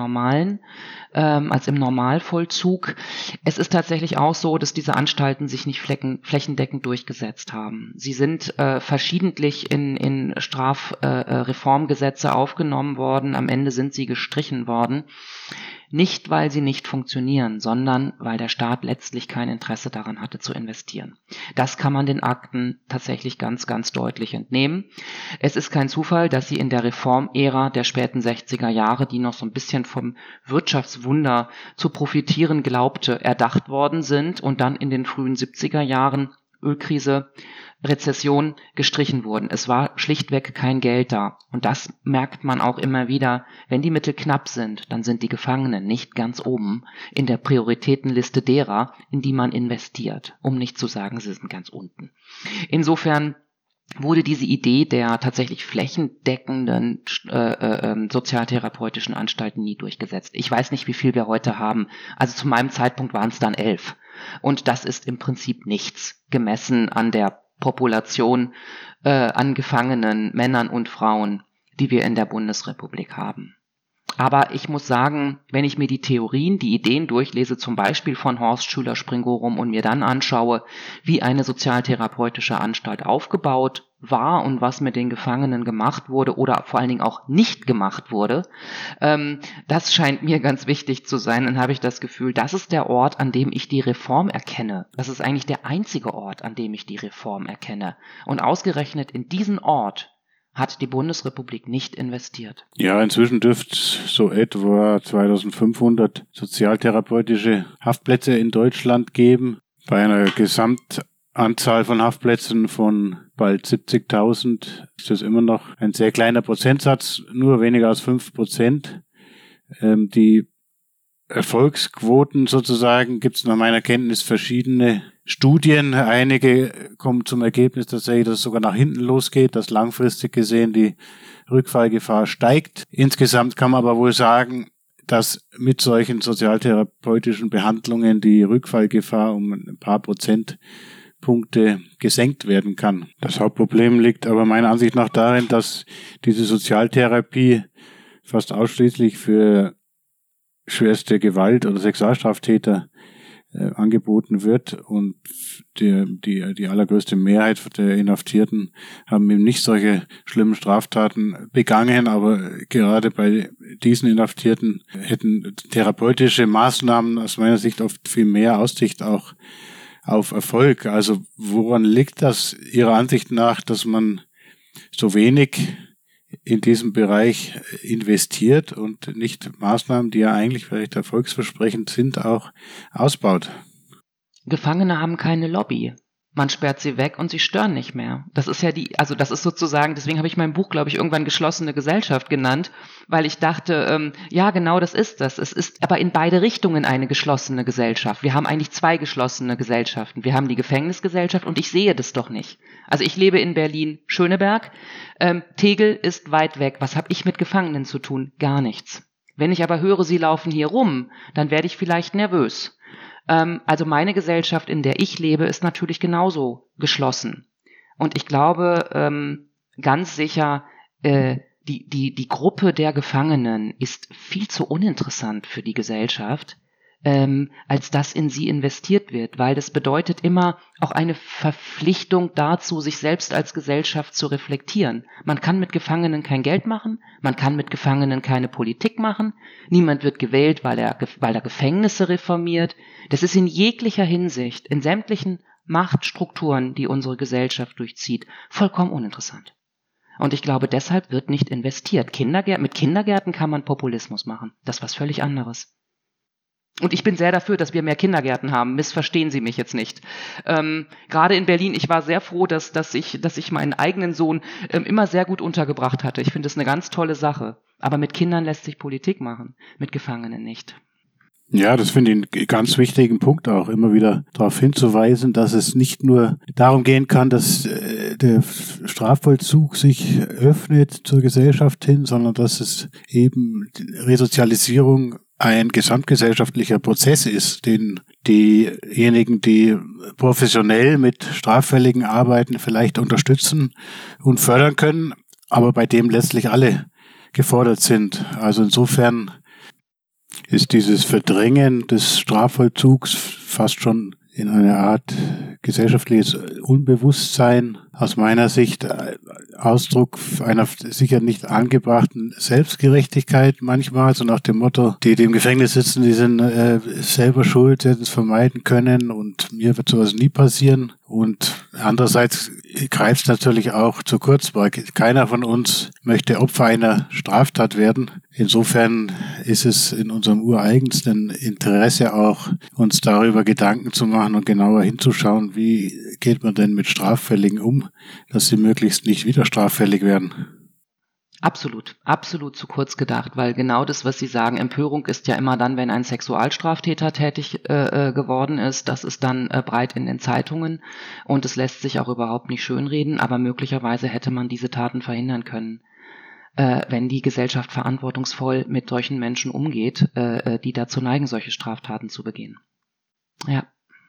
Normalvollzug. Es ist tatsächlich auch so, dass diese Anstalten sich nicht flächendeckend durchgesetzt haben. Sie sind verschiedentlich in Strafreformgesetze aufgenommen worden, am Ende sind sie gestrichen worden. Nicht, weil sie nicht funktionieren, sondern weil der Staat letztlich kein Interesse daran hatte zu investieren. Das kann man den Akten tatsächlich ganz, ganz deutlich entnehmen. Es ist kein Zufall, dass sie in der Reformära der späten 60er Jahre, die noch so ein bisschen vom Wirtschaftswunder zu profitieren glaubte, erdacht worden sind und dann in den frühen 70er Jahren, Ölkrise, Rezession, gestrichen wurden. Es war schlichtweg kein Geld da. Und das merkt man auch immer wieder. Wenn die Mittel knapp sind, dann sind die Gefangenen nicht ganz oben in der Prioritätenliste derer, in die man investiert. Um nicht zu sagen, sie sind ganz unten. Insofern wurde diese Idee der tatsächlich flächendeckenden sozialtherapeutischen Anstalten nie durchgesetzt. Ich weiß nicht, wie viel wir heute haben. Also zu meinem Zeitpunkt waren es dann 11. Und das ist im Prinzip nichts, gemessen an der Population an Gefangenen, Männern und Frauen, die wir in der Bundesrepublik haben. Aber ich muss sagen, wenn ich mir die Theorien, die Ideen durchlese, zum Beispiel von Horst Schüler-Springorum, und mir dann anschaue, wie eine sozialtherapeutische Anstalt aufgebaut war und was mit den Gefangenen gemacht wurde oder vor allen Dingen auch nicht gemacht wurde, das scheint mir ganz wichtig zu sein. Dann habe ich das Gefühl, das ist der Ort, an dem ich die Reform erkenne. Das ist eigentlich der einzige Ort, an dem ich die Reform erkenne. Und ausgerechnet in diesen Ort hat die Bundesrepublik nicht investiert. Ja, inzwischen dürfte es so etwa 2500 sozialtherapeutische Haftplätze in Deutschland geben. Bei einer Gesamtanzahl von Haftplätzen von bald 70.000 ist das immer noch ein sehr kleiner Prozentsatz, nur weniger als 5%. Die Erfolgsquoten sozusagen gibt es nach meiner Kenntnis verschiedene Studien. Einige kommen zum Ergebnis tatsächlich, dass es sogar nach hinten losgeht, dass langfristig gesehen die Rückfallgefahr steigt. Insgesamt kann man aber wohl sagen, dass mit solchen sozialtherapeutischen Behandlungen die Rückfallgefahr um ein paar Prozentpunkte gesenkt werden kann. Das Hauptproblem liegt aber meiner Ansicht nach darin, dass diese Sozialtherapie fast ausschließlich für schwerste Gewalt- oder Sexualstraftäter angeboten wird, und die allergrößte Mehrheit der Inhaftierten haben eben nicht solche schlimmen Straftaten begangen, aber gerade bei diesen Inhaftierten hätten therapeutische Maßnahmen aus meiner Sicht oft viel mehr Aussicht auch auf Erfolg. Also woran liegt das Ihrer Ansicht nach, dass man so wenig in diesem Bereich investiert und nicht Maßnahmen, die ja eigentlich vielleicht erfolgsversprechend sind, auch ausbaut? Gefangene haben keine Lobby. Man sperrt sie weg und sie stören nicht mehr. Das ist ja das ist sozusagen, deswegen habe ich mein Buch, glaube ich, irgendwann geschlossene Gesellschaft genannt, weil ich dachte, ja, genau das ist das. Es ist aber in beide Richtungen eine geschlossene Gesellschaft. Wir haben eigentlich zwei geschlossene Gesellschaften. Wir haben die Gefängnisgesellschaft und ich sehe das doch nicht. Also ich lebe in Berlin-Schöneberg. Tegel ist weit weg. Was habe ich mit Gefangenen zu tun? Gar nichts. Wenn ich aber höre, sie laufen hier rum, dann werde ich vielleicht nervös. Also meine Gesellschaft, in der ich lebe, ist natürlich genauso geschlossen. Und ich glaube ganz sicher, die Gruppe der Gefangenen ist viel zu uninteressant für die Gesellschaft, als dass in sie investiert wird, weil das bedeutet immer auch eine Verpflichtung dazu, sich selbst als Gesellschaft zu reflektieren. Man kann mit Gefangenen kein Geld machen, man kann mit Gefangenen keine Politik machen, niemand wird gewählt, weil er Gefängnisse reformiert. Das ist in jeglicher Hinsicht, in sämtlichen Machtstrukturen, die unsere Gesellschaft durchzieht, vollkommen uninteressant. Und ich glaube, deshalb wird nicht investiert. Mit Kindergärten kann man Populismus machen. Das ist was völlig anderes. Und ich bin sehr dafür, dass wir mehr Kindergärten haben. Missverstehen Sie mich jetzt nicht. Gerade in Berlin, ich war sehr froh, dass ich meinen eigenen Sohn immer sehr gut untergebracht hatte. Ich finde das eine ganz tolle Sache. Aber mit Kindern lässt sich Politik machen, mit Gefangenen nicht. Ja, das finde ich einen ganz wichtigen Punkt auch, immer wieder darauf hinzuweisen, dass es nicht nur darum gehen kann, dass der Strafvollzug sich öffnet zur Gesellschaft hin, sondern dass es eben Resozialisierung ein gesamtgesellschaftlicher Prozess ist, den diejenigen, die professionell mit Straffälligen arbeiten, vielleicht unterstützen und fördern können, aber bei dem letztlich alle gefordert sind. Also insofern ist dieses Verdrängen des Strafvollzugs fast schon in eine Art gesellschaftliches Unbewusstsein aus meiner Sicht Ausdruck einer sicher nicht angebrachten Selbstgerechtigkeit manchmal, so nach dem Motto, die im Gefängnis sitzen, die sind selber schuld, sie hätten es vermeiden können und mir wird sowas nie passieren. Und andererseits greift es natürlich auch zu kurz, weil keiner von uns möchte Opfer einer Straftat werden. Insofern ist es in unserem ureigensten Interesse auch, uns darüber Gedanken zu machen und genauer hinzuschauen, wie geht man denn mit Straffälligen um, dass sie möglichst nicht wieder straffällig werden. Absolut zu kurz gedacht, weil genau das, was Sie sagen, Empörung ist ja immer dann, wenn ein Sexualstraftäter tätig geworden ist. Das ist dann breit in den Zeitungen und es lässt sich auch überhaupt nicht schönreden, aber möglicherweise hätte man diese Taten verhindern können, wenn die Gesellschaft verantwortungsvoll mit solchen Menschen umgeht, die dazu neigen, solche Straftaten zu begehen. Ja.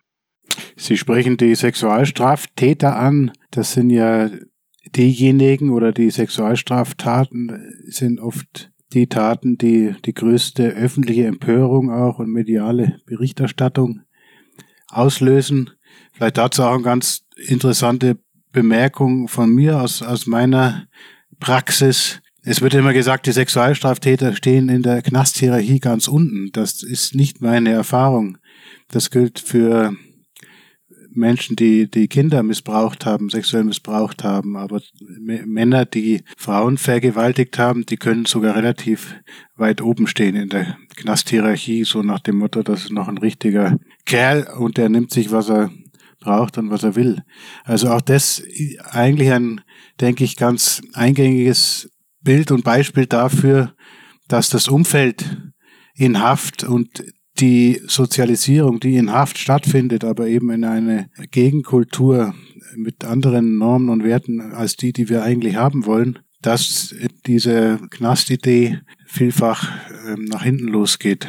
Sie sprechen die Sexualstraftäter an. Das sind ja diejenigen, oder die Sexualstraftaten sind oft die Taten, die die größte öffentliche Empörung auch und mediale Berichterstattung auslösen. Vielleicht dazu auch eine ganz interessante Bemerkung von mir aus meiner Praxis. Es wird immer gesagt, die Sexualstraftäter stehen in der Knasthierarchie ganz unten. Das ist nicht meine Erfahrung. Das gilt für Menschen, die Kinder missbraucht haben, sexuell missbraucht haben, aber Männer, die Frauen vergewaltigt haben, die können sogar relativ weit oben stehen in der Knasthierarchie, so nach dem Motto, das ist noch ein richtiger Kerl und der nimmt sich, was er braucht und was er will. Also auch das eigentlich ein, denke ich, ganz eingängiges Bild und Beispiel dafür, dass das Umfeld in Haft und die Sozialisierung, die in Haft stattfindet, aber eben in eine Gegenkultur mit anderen Normen und Werten als die wir eigentlich haben wollen, dass diese Knastidee vielfach nach hinten losgeht.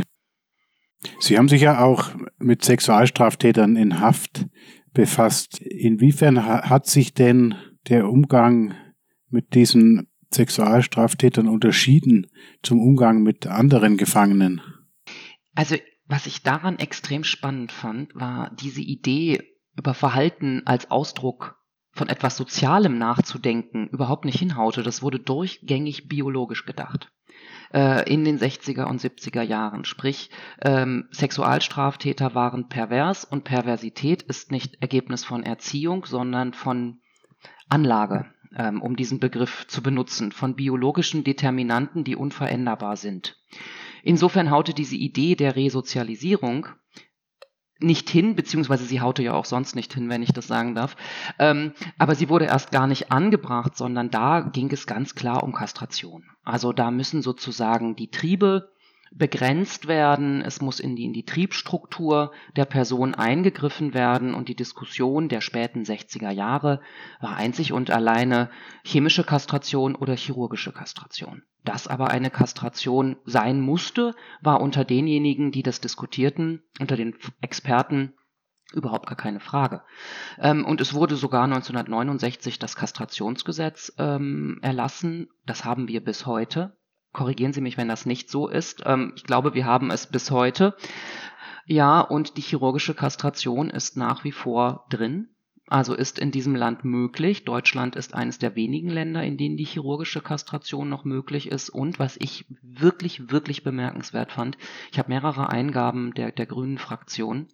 Sie haben sich ja auch mit Sexualstraftätern in Haft befasst. Inwiefern hat sich denn der Umgang mit diesen Sexualstraftätern unterschieden zum Umgang mit anderen Gefangenen? Also was ich daran extrem spannend fand, war diese Idee, über Verhalten als Ausdruck von etwas Sozialem nachzudenken, überhaupt nicht hinhaute. Das wurde durchgängig biologisch gedacht. In den 60er und 70er Jahren. Sprich, Sexualstraftäter waren pervers und Perversität ist nicht Ergebnis von Erziehung, sondern von Anlage, um diesen Begriff zu benutzen, von biologischen Determinanten, die unveränderbar sind. Insofern haute diese Idee der Resozialisierung nicht hin, beziehungsweise sie haute ja auch sonst nicht hin, wenn ich das sagen darf. Aber sie wurde erst gar nicht angebracht, sondern da ging es ganz klar um Kastration. Also da müssen sozusagen die Triebe begrenzt werden, es muss in die Triebstruktur der Person eingegriffen werden und die Diskussion der späten 60er Jahre war einzig und alleine chemische Kastration oder chirurgische Kastration. Dass aber eine Kastration sein musste, war unter denjenigen, die das diskutierten, unter den Experten überhaupt gar keine Frage. Und es wurde sogar 1969 das Kastrationsgesetz erlassen. Das haben wir bis heute. Korrigieren Sie mich, wenn das nicht so ist. Ich glaube, wir haben es bis heute. Ja, und die chirurgische Kastration ist nach wie vor drin. Also ist in diesem Land möglich. Deutschland ist eines der wenigen Länder, in denen die chirurgische Kastration noch möglich ist. Und was ich wirklich, wirklich bemerkenswert fand, ich habe mehrere Eingaben der grünen Fraktion,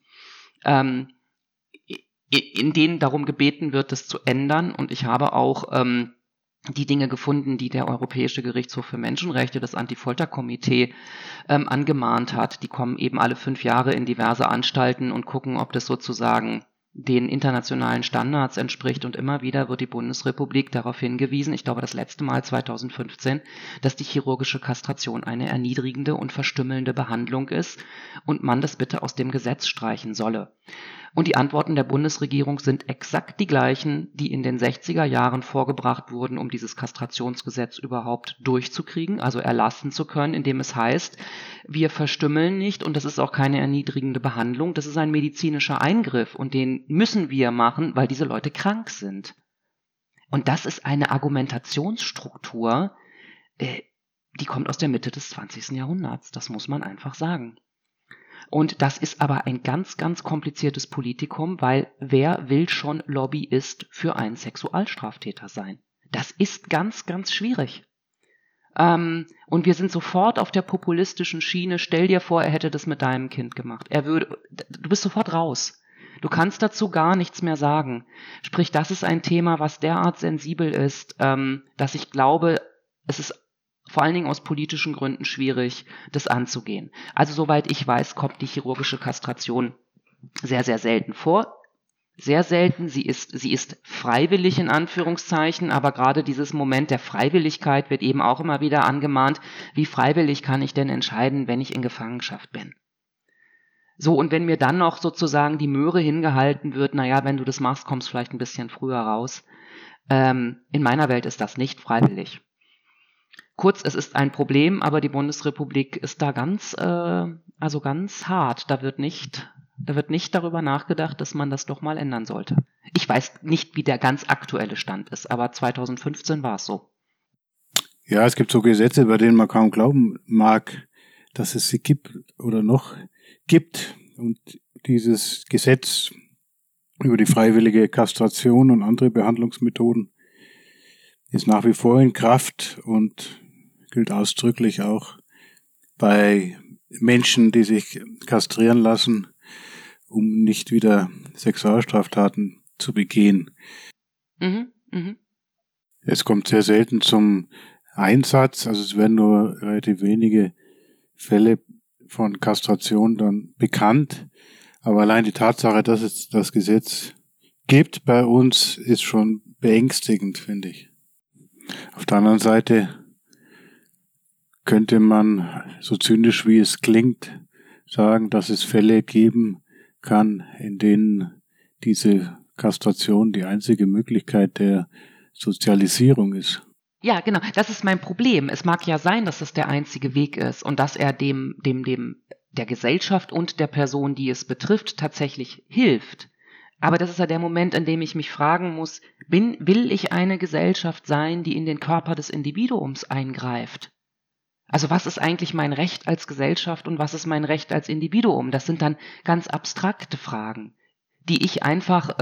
in denen darum gebeten wird, das zu ändern. Und ich habe auch die Dinge gefunden, die der Europäische Gerichtshof für Menschenrechte, das Anti-Folter-Komitee, angemahnt hat. Die kommen eben alle 5 Jahre in diverse Anstalten und gucken, ob das sozusagen den internationalen Standards entspricht, und immer wieder wird die Bundesrepublik darauf hingewiesen, ich glaube das letzte Mal 2015, dass die chirurgische Kastration eine erniedrigende und verstümmelnde Behandlung ist und man das bitte aus dem Gesetz streichen solle. Und die Antworten der Bundesregierung sind exakt die gleichen, die in den 60er Jahren vorgebracht wurden, um dieses Kastrationsgesetz überhaupt durchzukriegen, also erlassen zu können, indem es heißt, wir verstümmeln nicht und das ist auch keine erniedrigende Behandlung, das ist ein medizinischer Eingriff und den müssen wir machen, weil diese Leute krank sind. Und das ist eine Argumentationsstruktur, die kommt aus der Mitte des 20. Jahrhunderts, das muss man einfach sagen. Und das ist aber ein ganz, ganz kompliziertes Politikum, weil wer will schon Lobbyist für einen Sexualstraftäter sein? Das ist ganz, ganz schwierig. Und wir sind sofort auf der populistischen Schiene. Stell dir vor, er hätte das mit deinem Kind gemacht. Du bist sofort raus. Du kannst dazu gar nichts mehr sagen. Sprich, das ist ein Thema, was derart sensibel ist, dass ich glaube, es ist vor allen Dingen aus politischen Gründen schwierig, das anzugehen. Also soweit ich weiß, kommt die chirurgische Kastration sehr, sehr selten vor. Sehr selten. Sie ist freiwillig in Anführungszeichen, aber gerade dieses Moment der Freiwilligkeit wird eben auch immer wieder angemahnt. Wie freiwillig kann ich denn entscheiden, wenn ich in Gefangenschaft bin? So, und wenn mir dann noch sozusagen die Möhre hingehalten wird, naja, wenn du das machst, kommst du vielleicht ein bisschen früher raus. In meiner Welt ist das nicht freiwillig. Kurz, es ist ein Problem, aber die Bundesrepublik ist da ganz hart. Da wird nicht darüber nachgedacht, dass man das doch mal ändern sollte. Ich weiß nicht, wie der ganz aktuelle Stand ist, aber 2015 war es so. Ja, es gibt so Gesetze, bei denen man kaum glauben mag, dass es sie gibt oder noch gibt. Und dieses Gesetz über die freiwillige Kastration und andere Behandlungsmethoden ist nach wie vor in Kraft und gilt ausdrücklich auch bei Menschen, die sich kastrieren lassen, um nicht wieder Sexualstraftaten zu begehen. Es kommt sehr selten zum Einsatz, also es werden nur relativ wenige Fälle von Kastration dann bekannt, aber allein die Tatsache, dass es das Gesetz gibt bei uns, ist schon beängstigend, finde ich. Auf der anderen Seite könnte man, so zynisch wie es klingt, sagen, dass es Fälle geben kann, in denen diese Kastration die einzige Möglichkeit der Sozialisierung ist. Ja, genau, das ist mein Problem. Es mag ja sein, dass es der einzige Weg ist und dass er dem der Gesellschaft und der Person, die es betrifft, tatsächlich hilft. Aber das ist ja der Moment, in dem ich mich fragen muss, will ich eine Gesellschaft sein, die in den Körper des Individuums eingreift? Also was ist eigentlich mein Recht als Gesellschaft und was ist mein Recht als Individuum? Das sind dann ganz abstrakte Fragen, die ich einfach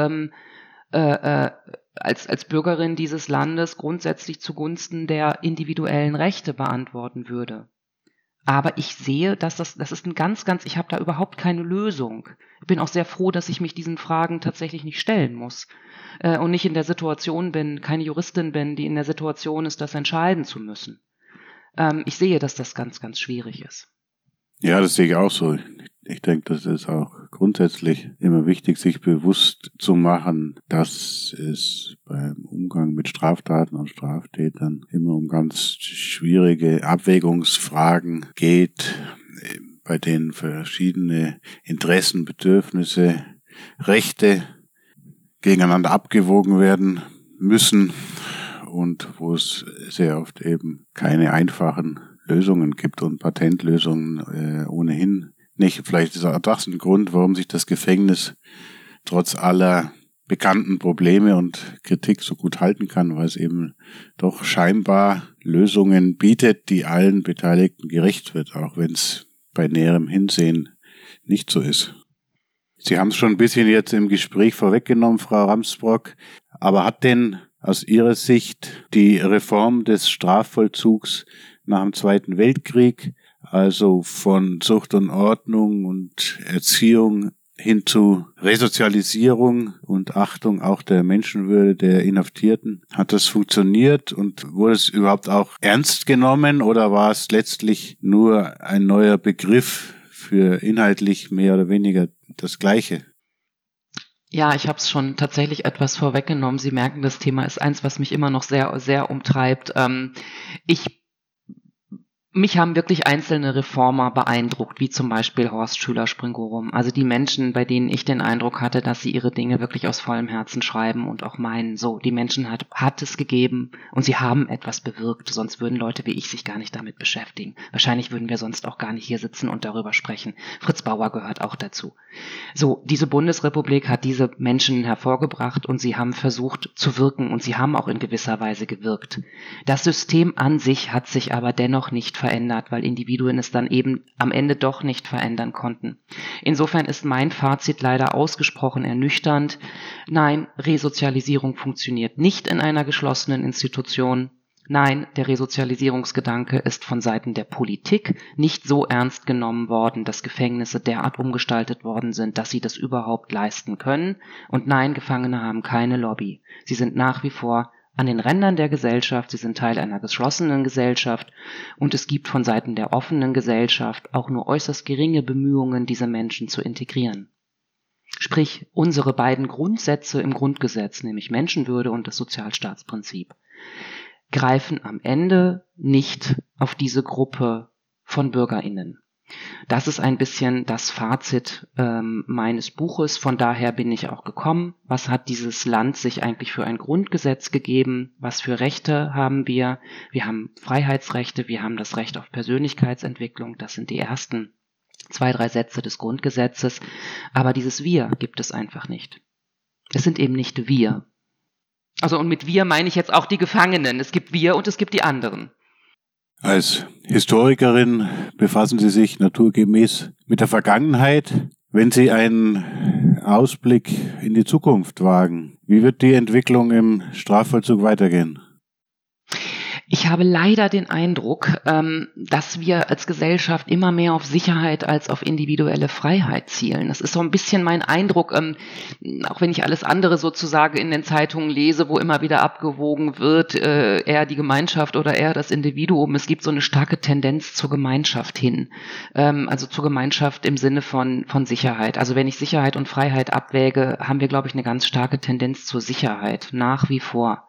als Bürgerin dieses Landes grundsätzlich zugunsten der individuellen Rechte beantworten würde. Aber ich sehe, dass das ist ich habe da überhaupt keine Lösung. Ich bin auch sehr froh, dass ich mich diesen Fragen tatsächlich nicht stellen muss und nicht in der Situation bin, keine Juristin bin, die in der Situation ist, das entscheiden zu müssen. Ich sehe, dass das ganz, ganz schwierig ist. Ja, das sehe ich auch so. Ich denke, das ist auch grundsätzlich immer wichtig, sich bewusst zu machen, dass es beim Umgang mit Straftaten und Straftätern immer um ganz schwierige Abwägungsfragen geht, bei denen verschiedene Interessen, Bedürfnisse, Rechte gegeneinander abgewogen werden müssen und wo es sehr oft eben keine einfachen Lösungen gibt und Patentlösungen ohnehin nicht. Vielleicht ist auch das ein Grund, warum sich das Gefängnis trotz aller bekannten Probleme und Kritik so gut halten kann, weil es eben doch scheinbar Lösungen bietet, die allen Beteiligten gerecht wird, auch wenn es bei näherem Hinsehen nicht so ist. Sie haben es schon ein bisschen jetzt im Gespräch vorweggenommen, Frau Ramsbrock, aber hat denn aus Ihrer Sicht die Reform des Strafvollzugs nach dem Zweiten Weltkrieg, also von Zucht und Ordnung und Erziehung hin zu Resozialisierung und Achtung auch der Menschenwürde der Inhaftierten, hat das funktioniert und wurde es überhaupt auch ernst genommen oder war es letztlich nur ein neuer Begriff für inhaltlich mehr oder weniger das Gleiche? Ja, ich habe es schon tatsächlich etwas vorweggenommen. Sie merken, das Thema ist eins, was mich immer noch sehr, sehr umtreibt. Mich haben wirklich einzelne Reformer beeindruckt, wie zum Beispiel Horst Schüler-Springorum. Also die Menschen, bei denen ich den Eindruck hatte, dass sie ihre Dinge wirklich aus vollem Herzen schreiben und auch meinen. So, die Menschen hat es gegeben und sie haben etwas bewirkt. Sonst würden Leute wie ich sich gar nicht damit beschäftigen. Wahrscheinlich würden wir sonst auch gar nicht hier sitzen und darüber sprechen. Fritz Bauer gehört auch dazu. So, diese Bundesrepublik hat diese Menschen hervorgebracht und sie haben versucht zu wirken und sie haben auch in gewisser Weise gewirkt. Das System an sich hat sich aber dennoch nicht verändert, weil Individuen es dann eben am Ende doch nicht verändern konnten. Insofern ist mein Fazit leider ausgesprochen ernüchternd. Nein, Resozialisierung funktioniert nicht in einer geschlossenen Institution. Nein, der Resozialisierungsgedanke ist von Seiten der Politik nicht so ernst genommen worden, dass Gefängnisse derart umgestaltet worden sind, dass sie das überhaupt leisten können. Und nein, Gefangene haben keine Lobby. Sie sind nach wie vor an den Rändern der Gesellschaft, sie sind Teil einer geschlossenen Gesellschaft und es gibt von Seiten der offenen Gesellschaft auch nur äußerst geringe Bemühungen, diese Menschen zu integrieren. Sprich, unsere beiden Grundsätze im Grundgesetz, nämlich Menschenwürde und das Sozialstaatsprinzip, greifen am Ende nicht auf diese Gruppe von BürgerInnen. Das ist ein bisschen das Fazit meines Buches. Von daher bin ich auch gekommen. Was hat dieses Land sich eigentlich für ein Grundgesetz gegeben? Was für Rechte haben wir? Wir haben Freiheitsrechte, wir haben das Recht auf Persönlichkeitsentwicklung. Das sind die ersten 2, 3 Sätze des Grundgesetzes. Aber dieses Wir gibt es einfach nicht. Es sind eben nicht wir. Also und mit wir meine ich jetzt auch die Gefangenen. Es gibt wir und es gibt die anderen. Als Historikerin befassen Sie sich naturgemäß mit der Vergangenheit. Wenn Sie einen Ausblick in die Zukunft wagen, wie wird die Entwicklung im Strafvollzug weitergehen? Ich habe leider den Eindruck, dass wir als Gesellschaft immer mehr auf Sicherheit als auf individuelle Freiheit zielen. Das ist so ein bisschen mein Eindruck, auch wenn ich alles andere sozusagen in den Zeitungen lese, wo immer wieder abgewogen wird, eher die Gemeinschaft oder eher das Individuum. Es gibt so eine starke Tendenz zur Gemeinschaft hin, also zur Gemeinschaft im Sinne von Sicherheit. Also wenn ich Sicherheit und Freiheit abwäge, haben wir, glaube ich, eine ganz starke Tendenz zur Sicherheit, nach wie vor.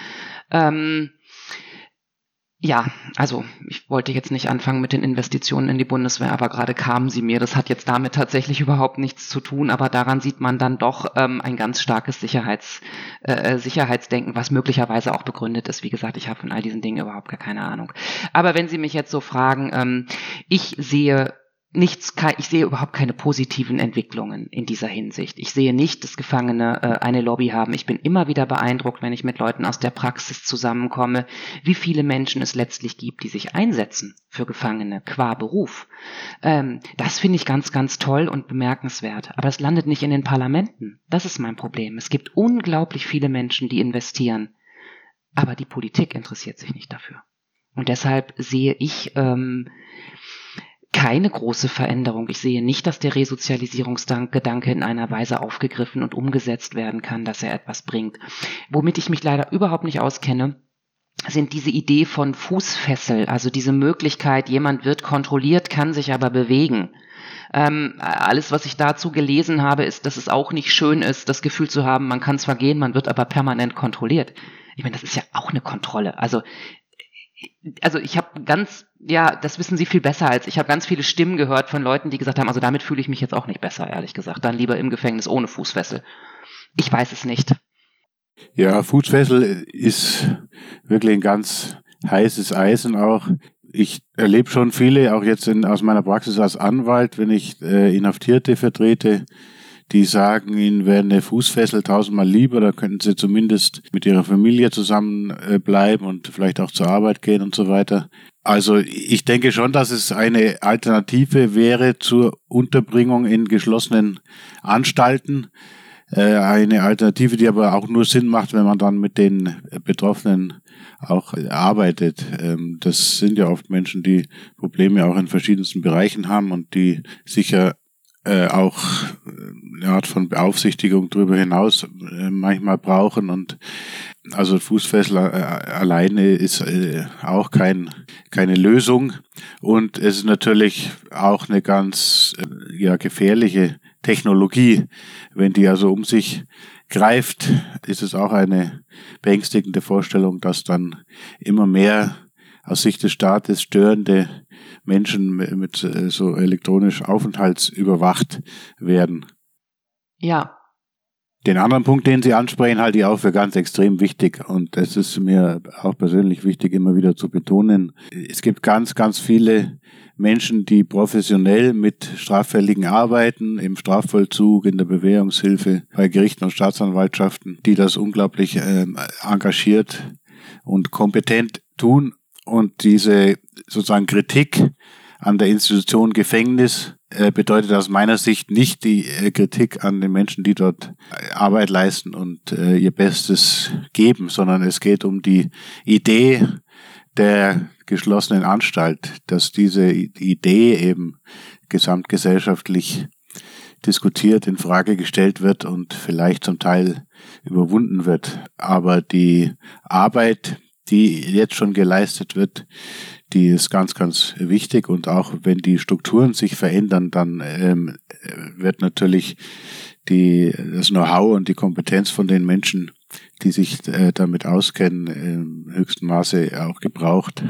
Ja, also ich wollte jetzt nicht anfangen mit den Investitionen in die Bundeswehr, aber gerade kamen sie mir. Das hat jetzt damit tatsächlich überhaupt nichts zu tun, aber daran sieht man dann doch ein ganz starkes Sicherheitsdenken, was möglicherweise auch begründet ist. Wie gesagt, ich habe von all diesen Dingen überhaupt gar keine Ahnung. Aber wenn Sie mich jetzt so fragen, ich sehe überhaupt keine positiven Entwicklungen in dieser Hinsicht. Ich sehe nicht, dass Gefangene eine Lobby haben. Ich bin immer wieder beeindruckt, wenn ich mit Leuten aus der Praxis zusammenkomme, wie viele Menschen es letztlich gibt, die sich einsetzen für Gefangene qua Beruf. Das finde ich ganz, ganz toll und bemerkenswert. Aber es landet nicht in den Parlamenten. Das ist mein Problem. Es gibt unglaublich viele Menschen, die investieren. Aber die Politik interessiert sich nicht dafür. Und deshalb sehe ich keine große Veränderung. Ich sehe nicht, dass der Resozialisierungsgedanke in einer Weise aufgegriffen und umgesetzt werden kann, dass er etwas bringt. Womit ich mich leider überhaupt nicht auskenne, sind diese Idee von Fußfessel, also diese Möglichkeit, jemand wird kontrolliert, kann sich aber bewegen. Alles, was ich dazu gelesen habe, ist, dass es auch nicht schön ist, das Gefühl zu haben, man kann zwar gehen, man wird aber permanent kontrolliert. Ich meine, das ist ja auch eine Kontrolle. Also ich habe das wissen Sie viel besser als ich, habe ganz viele Stimmen gehört von Leuten, die gesagt haben, also damit fühle ich mich jetzt auch nicht besser, ehrlich gesagt. Dann lieber im Gefängnis ohne Fußfessel. Ich weiß es nicht. Ja, Fußfessel ist wirklich ein ganz heißes Eisen auch. Ich erlebe schon viele, auch jetzt aus meiner Praxis als Anwalt, wenn ich Inhaftierte vertrete, die sagen, ihnen wäre eine Fußfessel 1000-mal lieber, da könnten sie zumindest mit ihrer Familie zusammen bleiben und vielleicht auch zur Arbeit gehen und so weiter. Also ich denke schon, dass es eine Alternative wäre zur Unterbringung in geschlossenen Anstalten. Eine Alternative, die aber auch nur Sinn macht, wenn man dann mit den Betroffenen auch arbeitet. Das sind ja oft Menschen, die Probleme auch in verschiedensten Bereichen haben und die sicher auch eine Art von Beaufsichtigung darüber hinaus manchmal brauchen. Und also Fußfessel alleine ist auch keine Lösung. Und es ist natürlich auch eine ganz gefährliche Technologie. Wenn die also um sich greift, ist es auch eine beängstigende Vorstellung, dass dann immer mehr aus Sicht des Staates störende Menschen mit so elektronisch aufenthaltsüberwacht werden. Ja. Den anderen Punkt, den Sie ansprechen, halte ich auch für ganz extrem wichtig. Und es ist mir auch persönlich wichtig, immer wieder zu betonen. Es gibt ganz, ganz viele Menschen, die professionell mit Straffälligen arbeiten, im Strafvollzug, in der Bewährungshilfe, bei Gerichten und Staatsanwaltschaften, die das unglaublich engagiert und kompetent tun. Und diese sozusagen Kritik an der Institution Gefängnis bedeutet aus meiner Sicht nicht die Kritik an den Menschen, die dort Arbeit leisten und ihr Bestes geben, sondern es geht um die Idee der geschlossenen Anstalt, dass diese Idee eben gesamtgesellschaftlich diskutiert, in Frage gestellt wird und vielleicht zum Teil überwunden wird. Aber die Arbeit, die jetzt schon geleistet wird, die ist ganz, ganz wichtig. Und auch wenn die Strukturen sich verändern, dann wird natürlich das Know-how und die Kompetenz von den Menschen, die sich damit auskennen, im höchsten Maße auch gebraucht.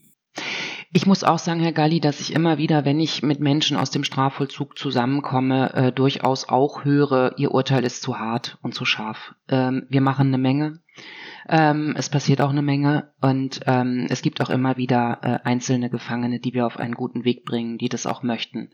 Ich muss auch sagen, Herr Galli, dass ich immer wieder, wenn ich mit Menschen aus dem Strafvollzug zusammenkomme, durchaus auch höre, ihr Urteil ist zu hart und zu scharf. Wir machen eine Menge. Es passiert auch eine Menge und es gibt auch immer wieder einzelne Gefangene, die wir auf einen guten Weg bringen, die das auch möchten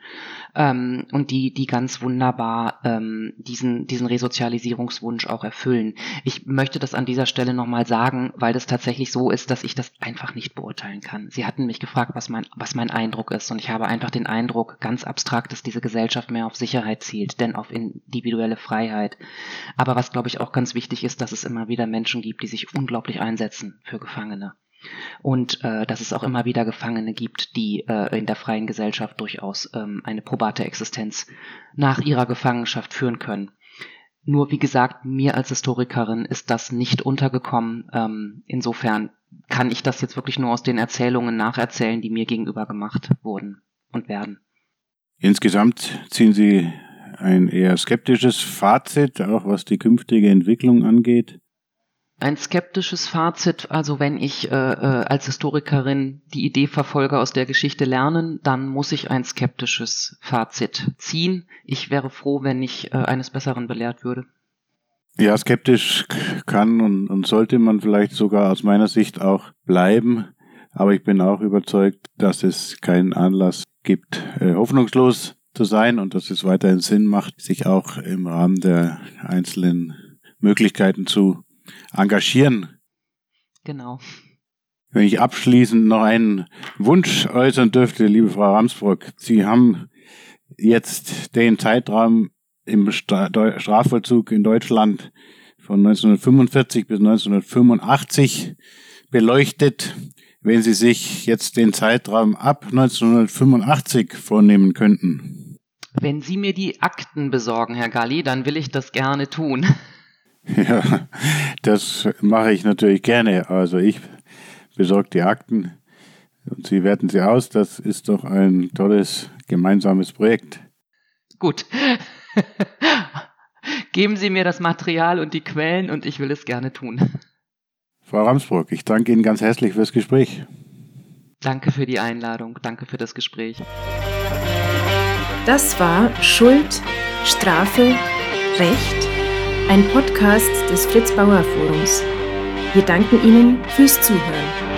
und die ganz wunderbar diesen Resozialisierungswunsch auch erfüllen. Ich möchte das an dieser Stelle nochmal sagen, weil das tatsächlich so ist, dass ich das einfach nicht beurteilen kann. Sie hatten mich gefragt, was mein Eindruck ist und ich habe einfach den Eindruck, ganz abstrakt, dass diese Gesellschaft mehr auf Sicherheit zielt, denn auf individuelle Freiheit. Aber was, glaube ich, auch ganz wichtig ist, dass es immer wieder Menschen gibt, die sich unglaublich einsetzen für Gefangene. Und dass es auch immer wieder Gefangene gibt, die in der freien Gesellschaft durchaus eine probate Existenz nach ihrer Gefangenschaft führen können. Nur, wie gesagt, mir als Historikerin ist das nicht untergekommen. Insofern kann ich das jetzt wirklich nur aus den Erzählungen nacherzählen, die mir gegenüber gemacht wurden und werden. Insgesamt ziehen Sie ein eher skeptisches Fazit, auch was die künftige Entwicklung angeht? Ein skeptisches Fazit, also wenn ich als Historikerin die Idee verfolge, aus der Geschichte lernen, dann muss ich ein skeptisches Fazit ziehen. Ich wäre froh, wenn ich eines Besseren belehrt würde. Ja, skeptisch kann und sollte man vielleicht sogar aus meiner Sicht auch bleiben. Aber ich bin auch überzeugt, dass es keinen Anlass gibt, hoffnungslos zu sein und dass es weiterhin Sinn macht, sich auch im Rahmen der einzelnen Möglichkeiten zu engagieren. Genau. Wenn ich abschließend noch einen Wunsch äußern dürfte, liebe Frau Ramsbrock, Sie haben jetzt den Zeitraum im Strafvollzug in Deutschland von 1945 bis 1985 beleuchtet. Wenn Sie sich jetzt den Zeitraum ab 1985 vornehmen könnten. Wenn Sie mir die Akten besorgen, Herr Galli, dann will ich das gerne tun. Ja, das mache ich natürlich gerne. Also ich besorge die Akten und Sie werten sie aus. Das ist doch ein tolles gemeinsames Projekt. Gut. Geben Sie mir das Material und die Quellen und ich will es gerne tun. Frau Ramsbrock, ich danke Ihnen ganz herzlich fürs Gespräch. Danke für die Einladung. Danke für das Gespräch. Das war Schuld, Strafe, Recht, ein Podcast des Fritz Bauer Forums. Wir danken Ihnen fürs Zuhören.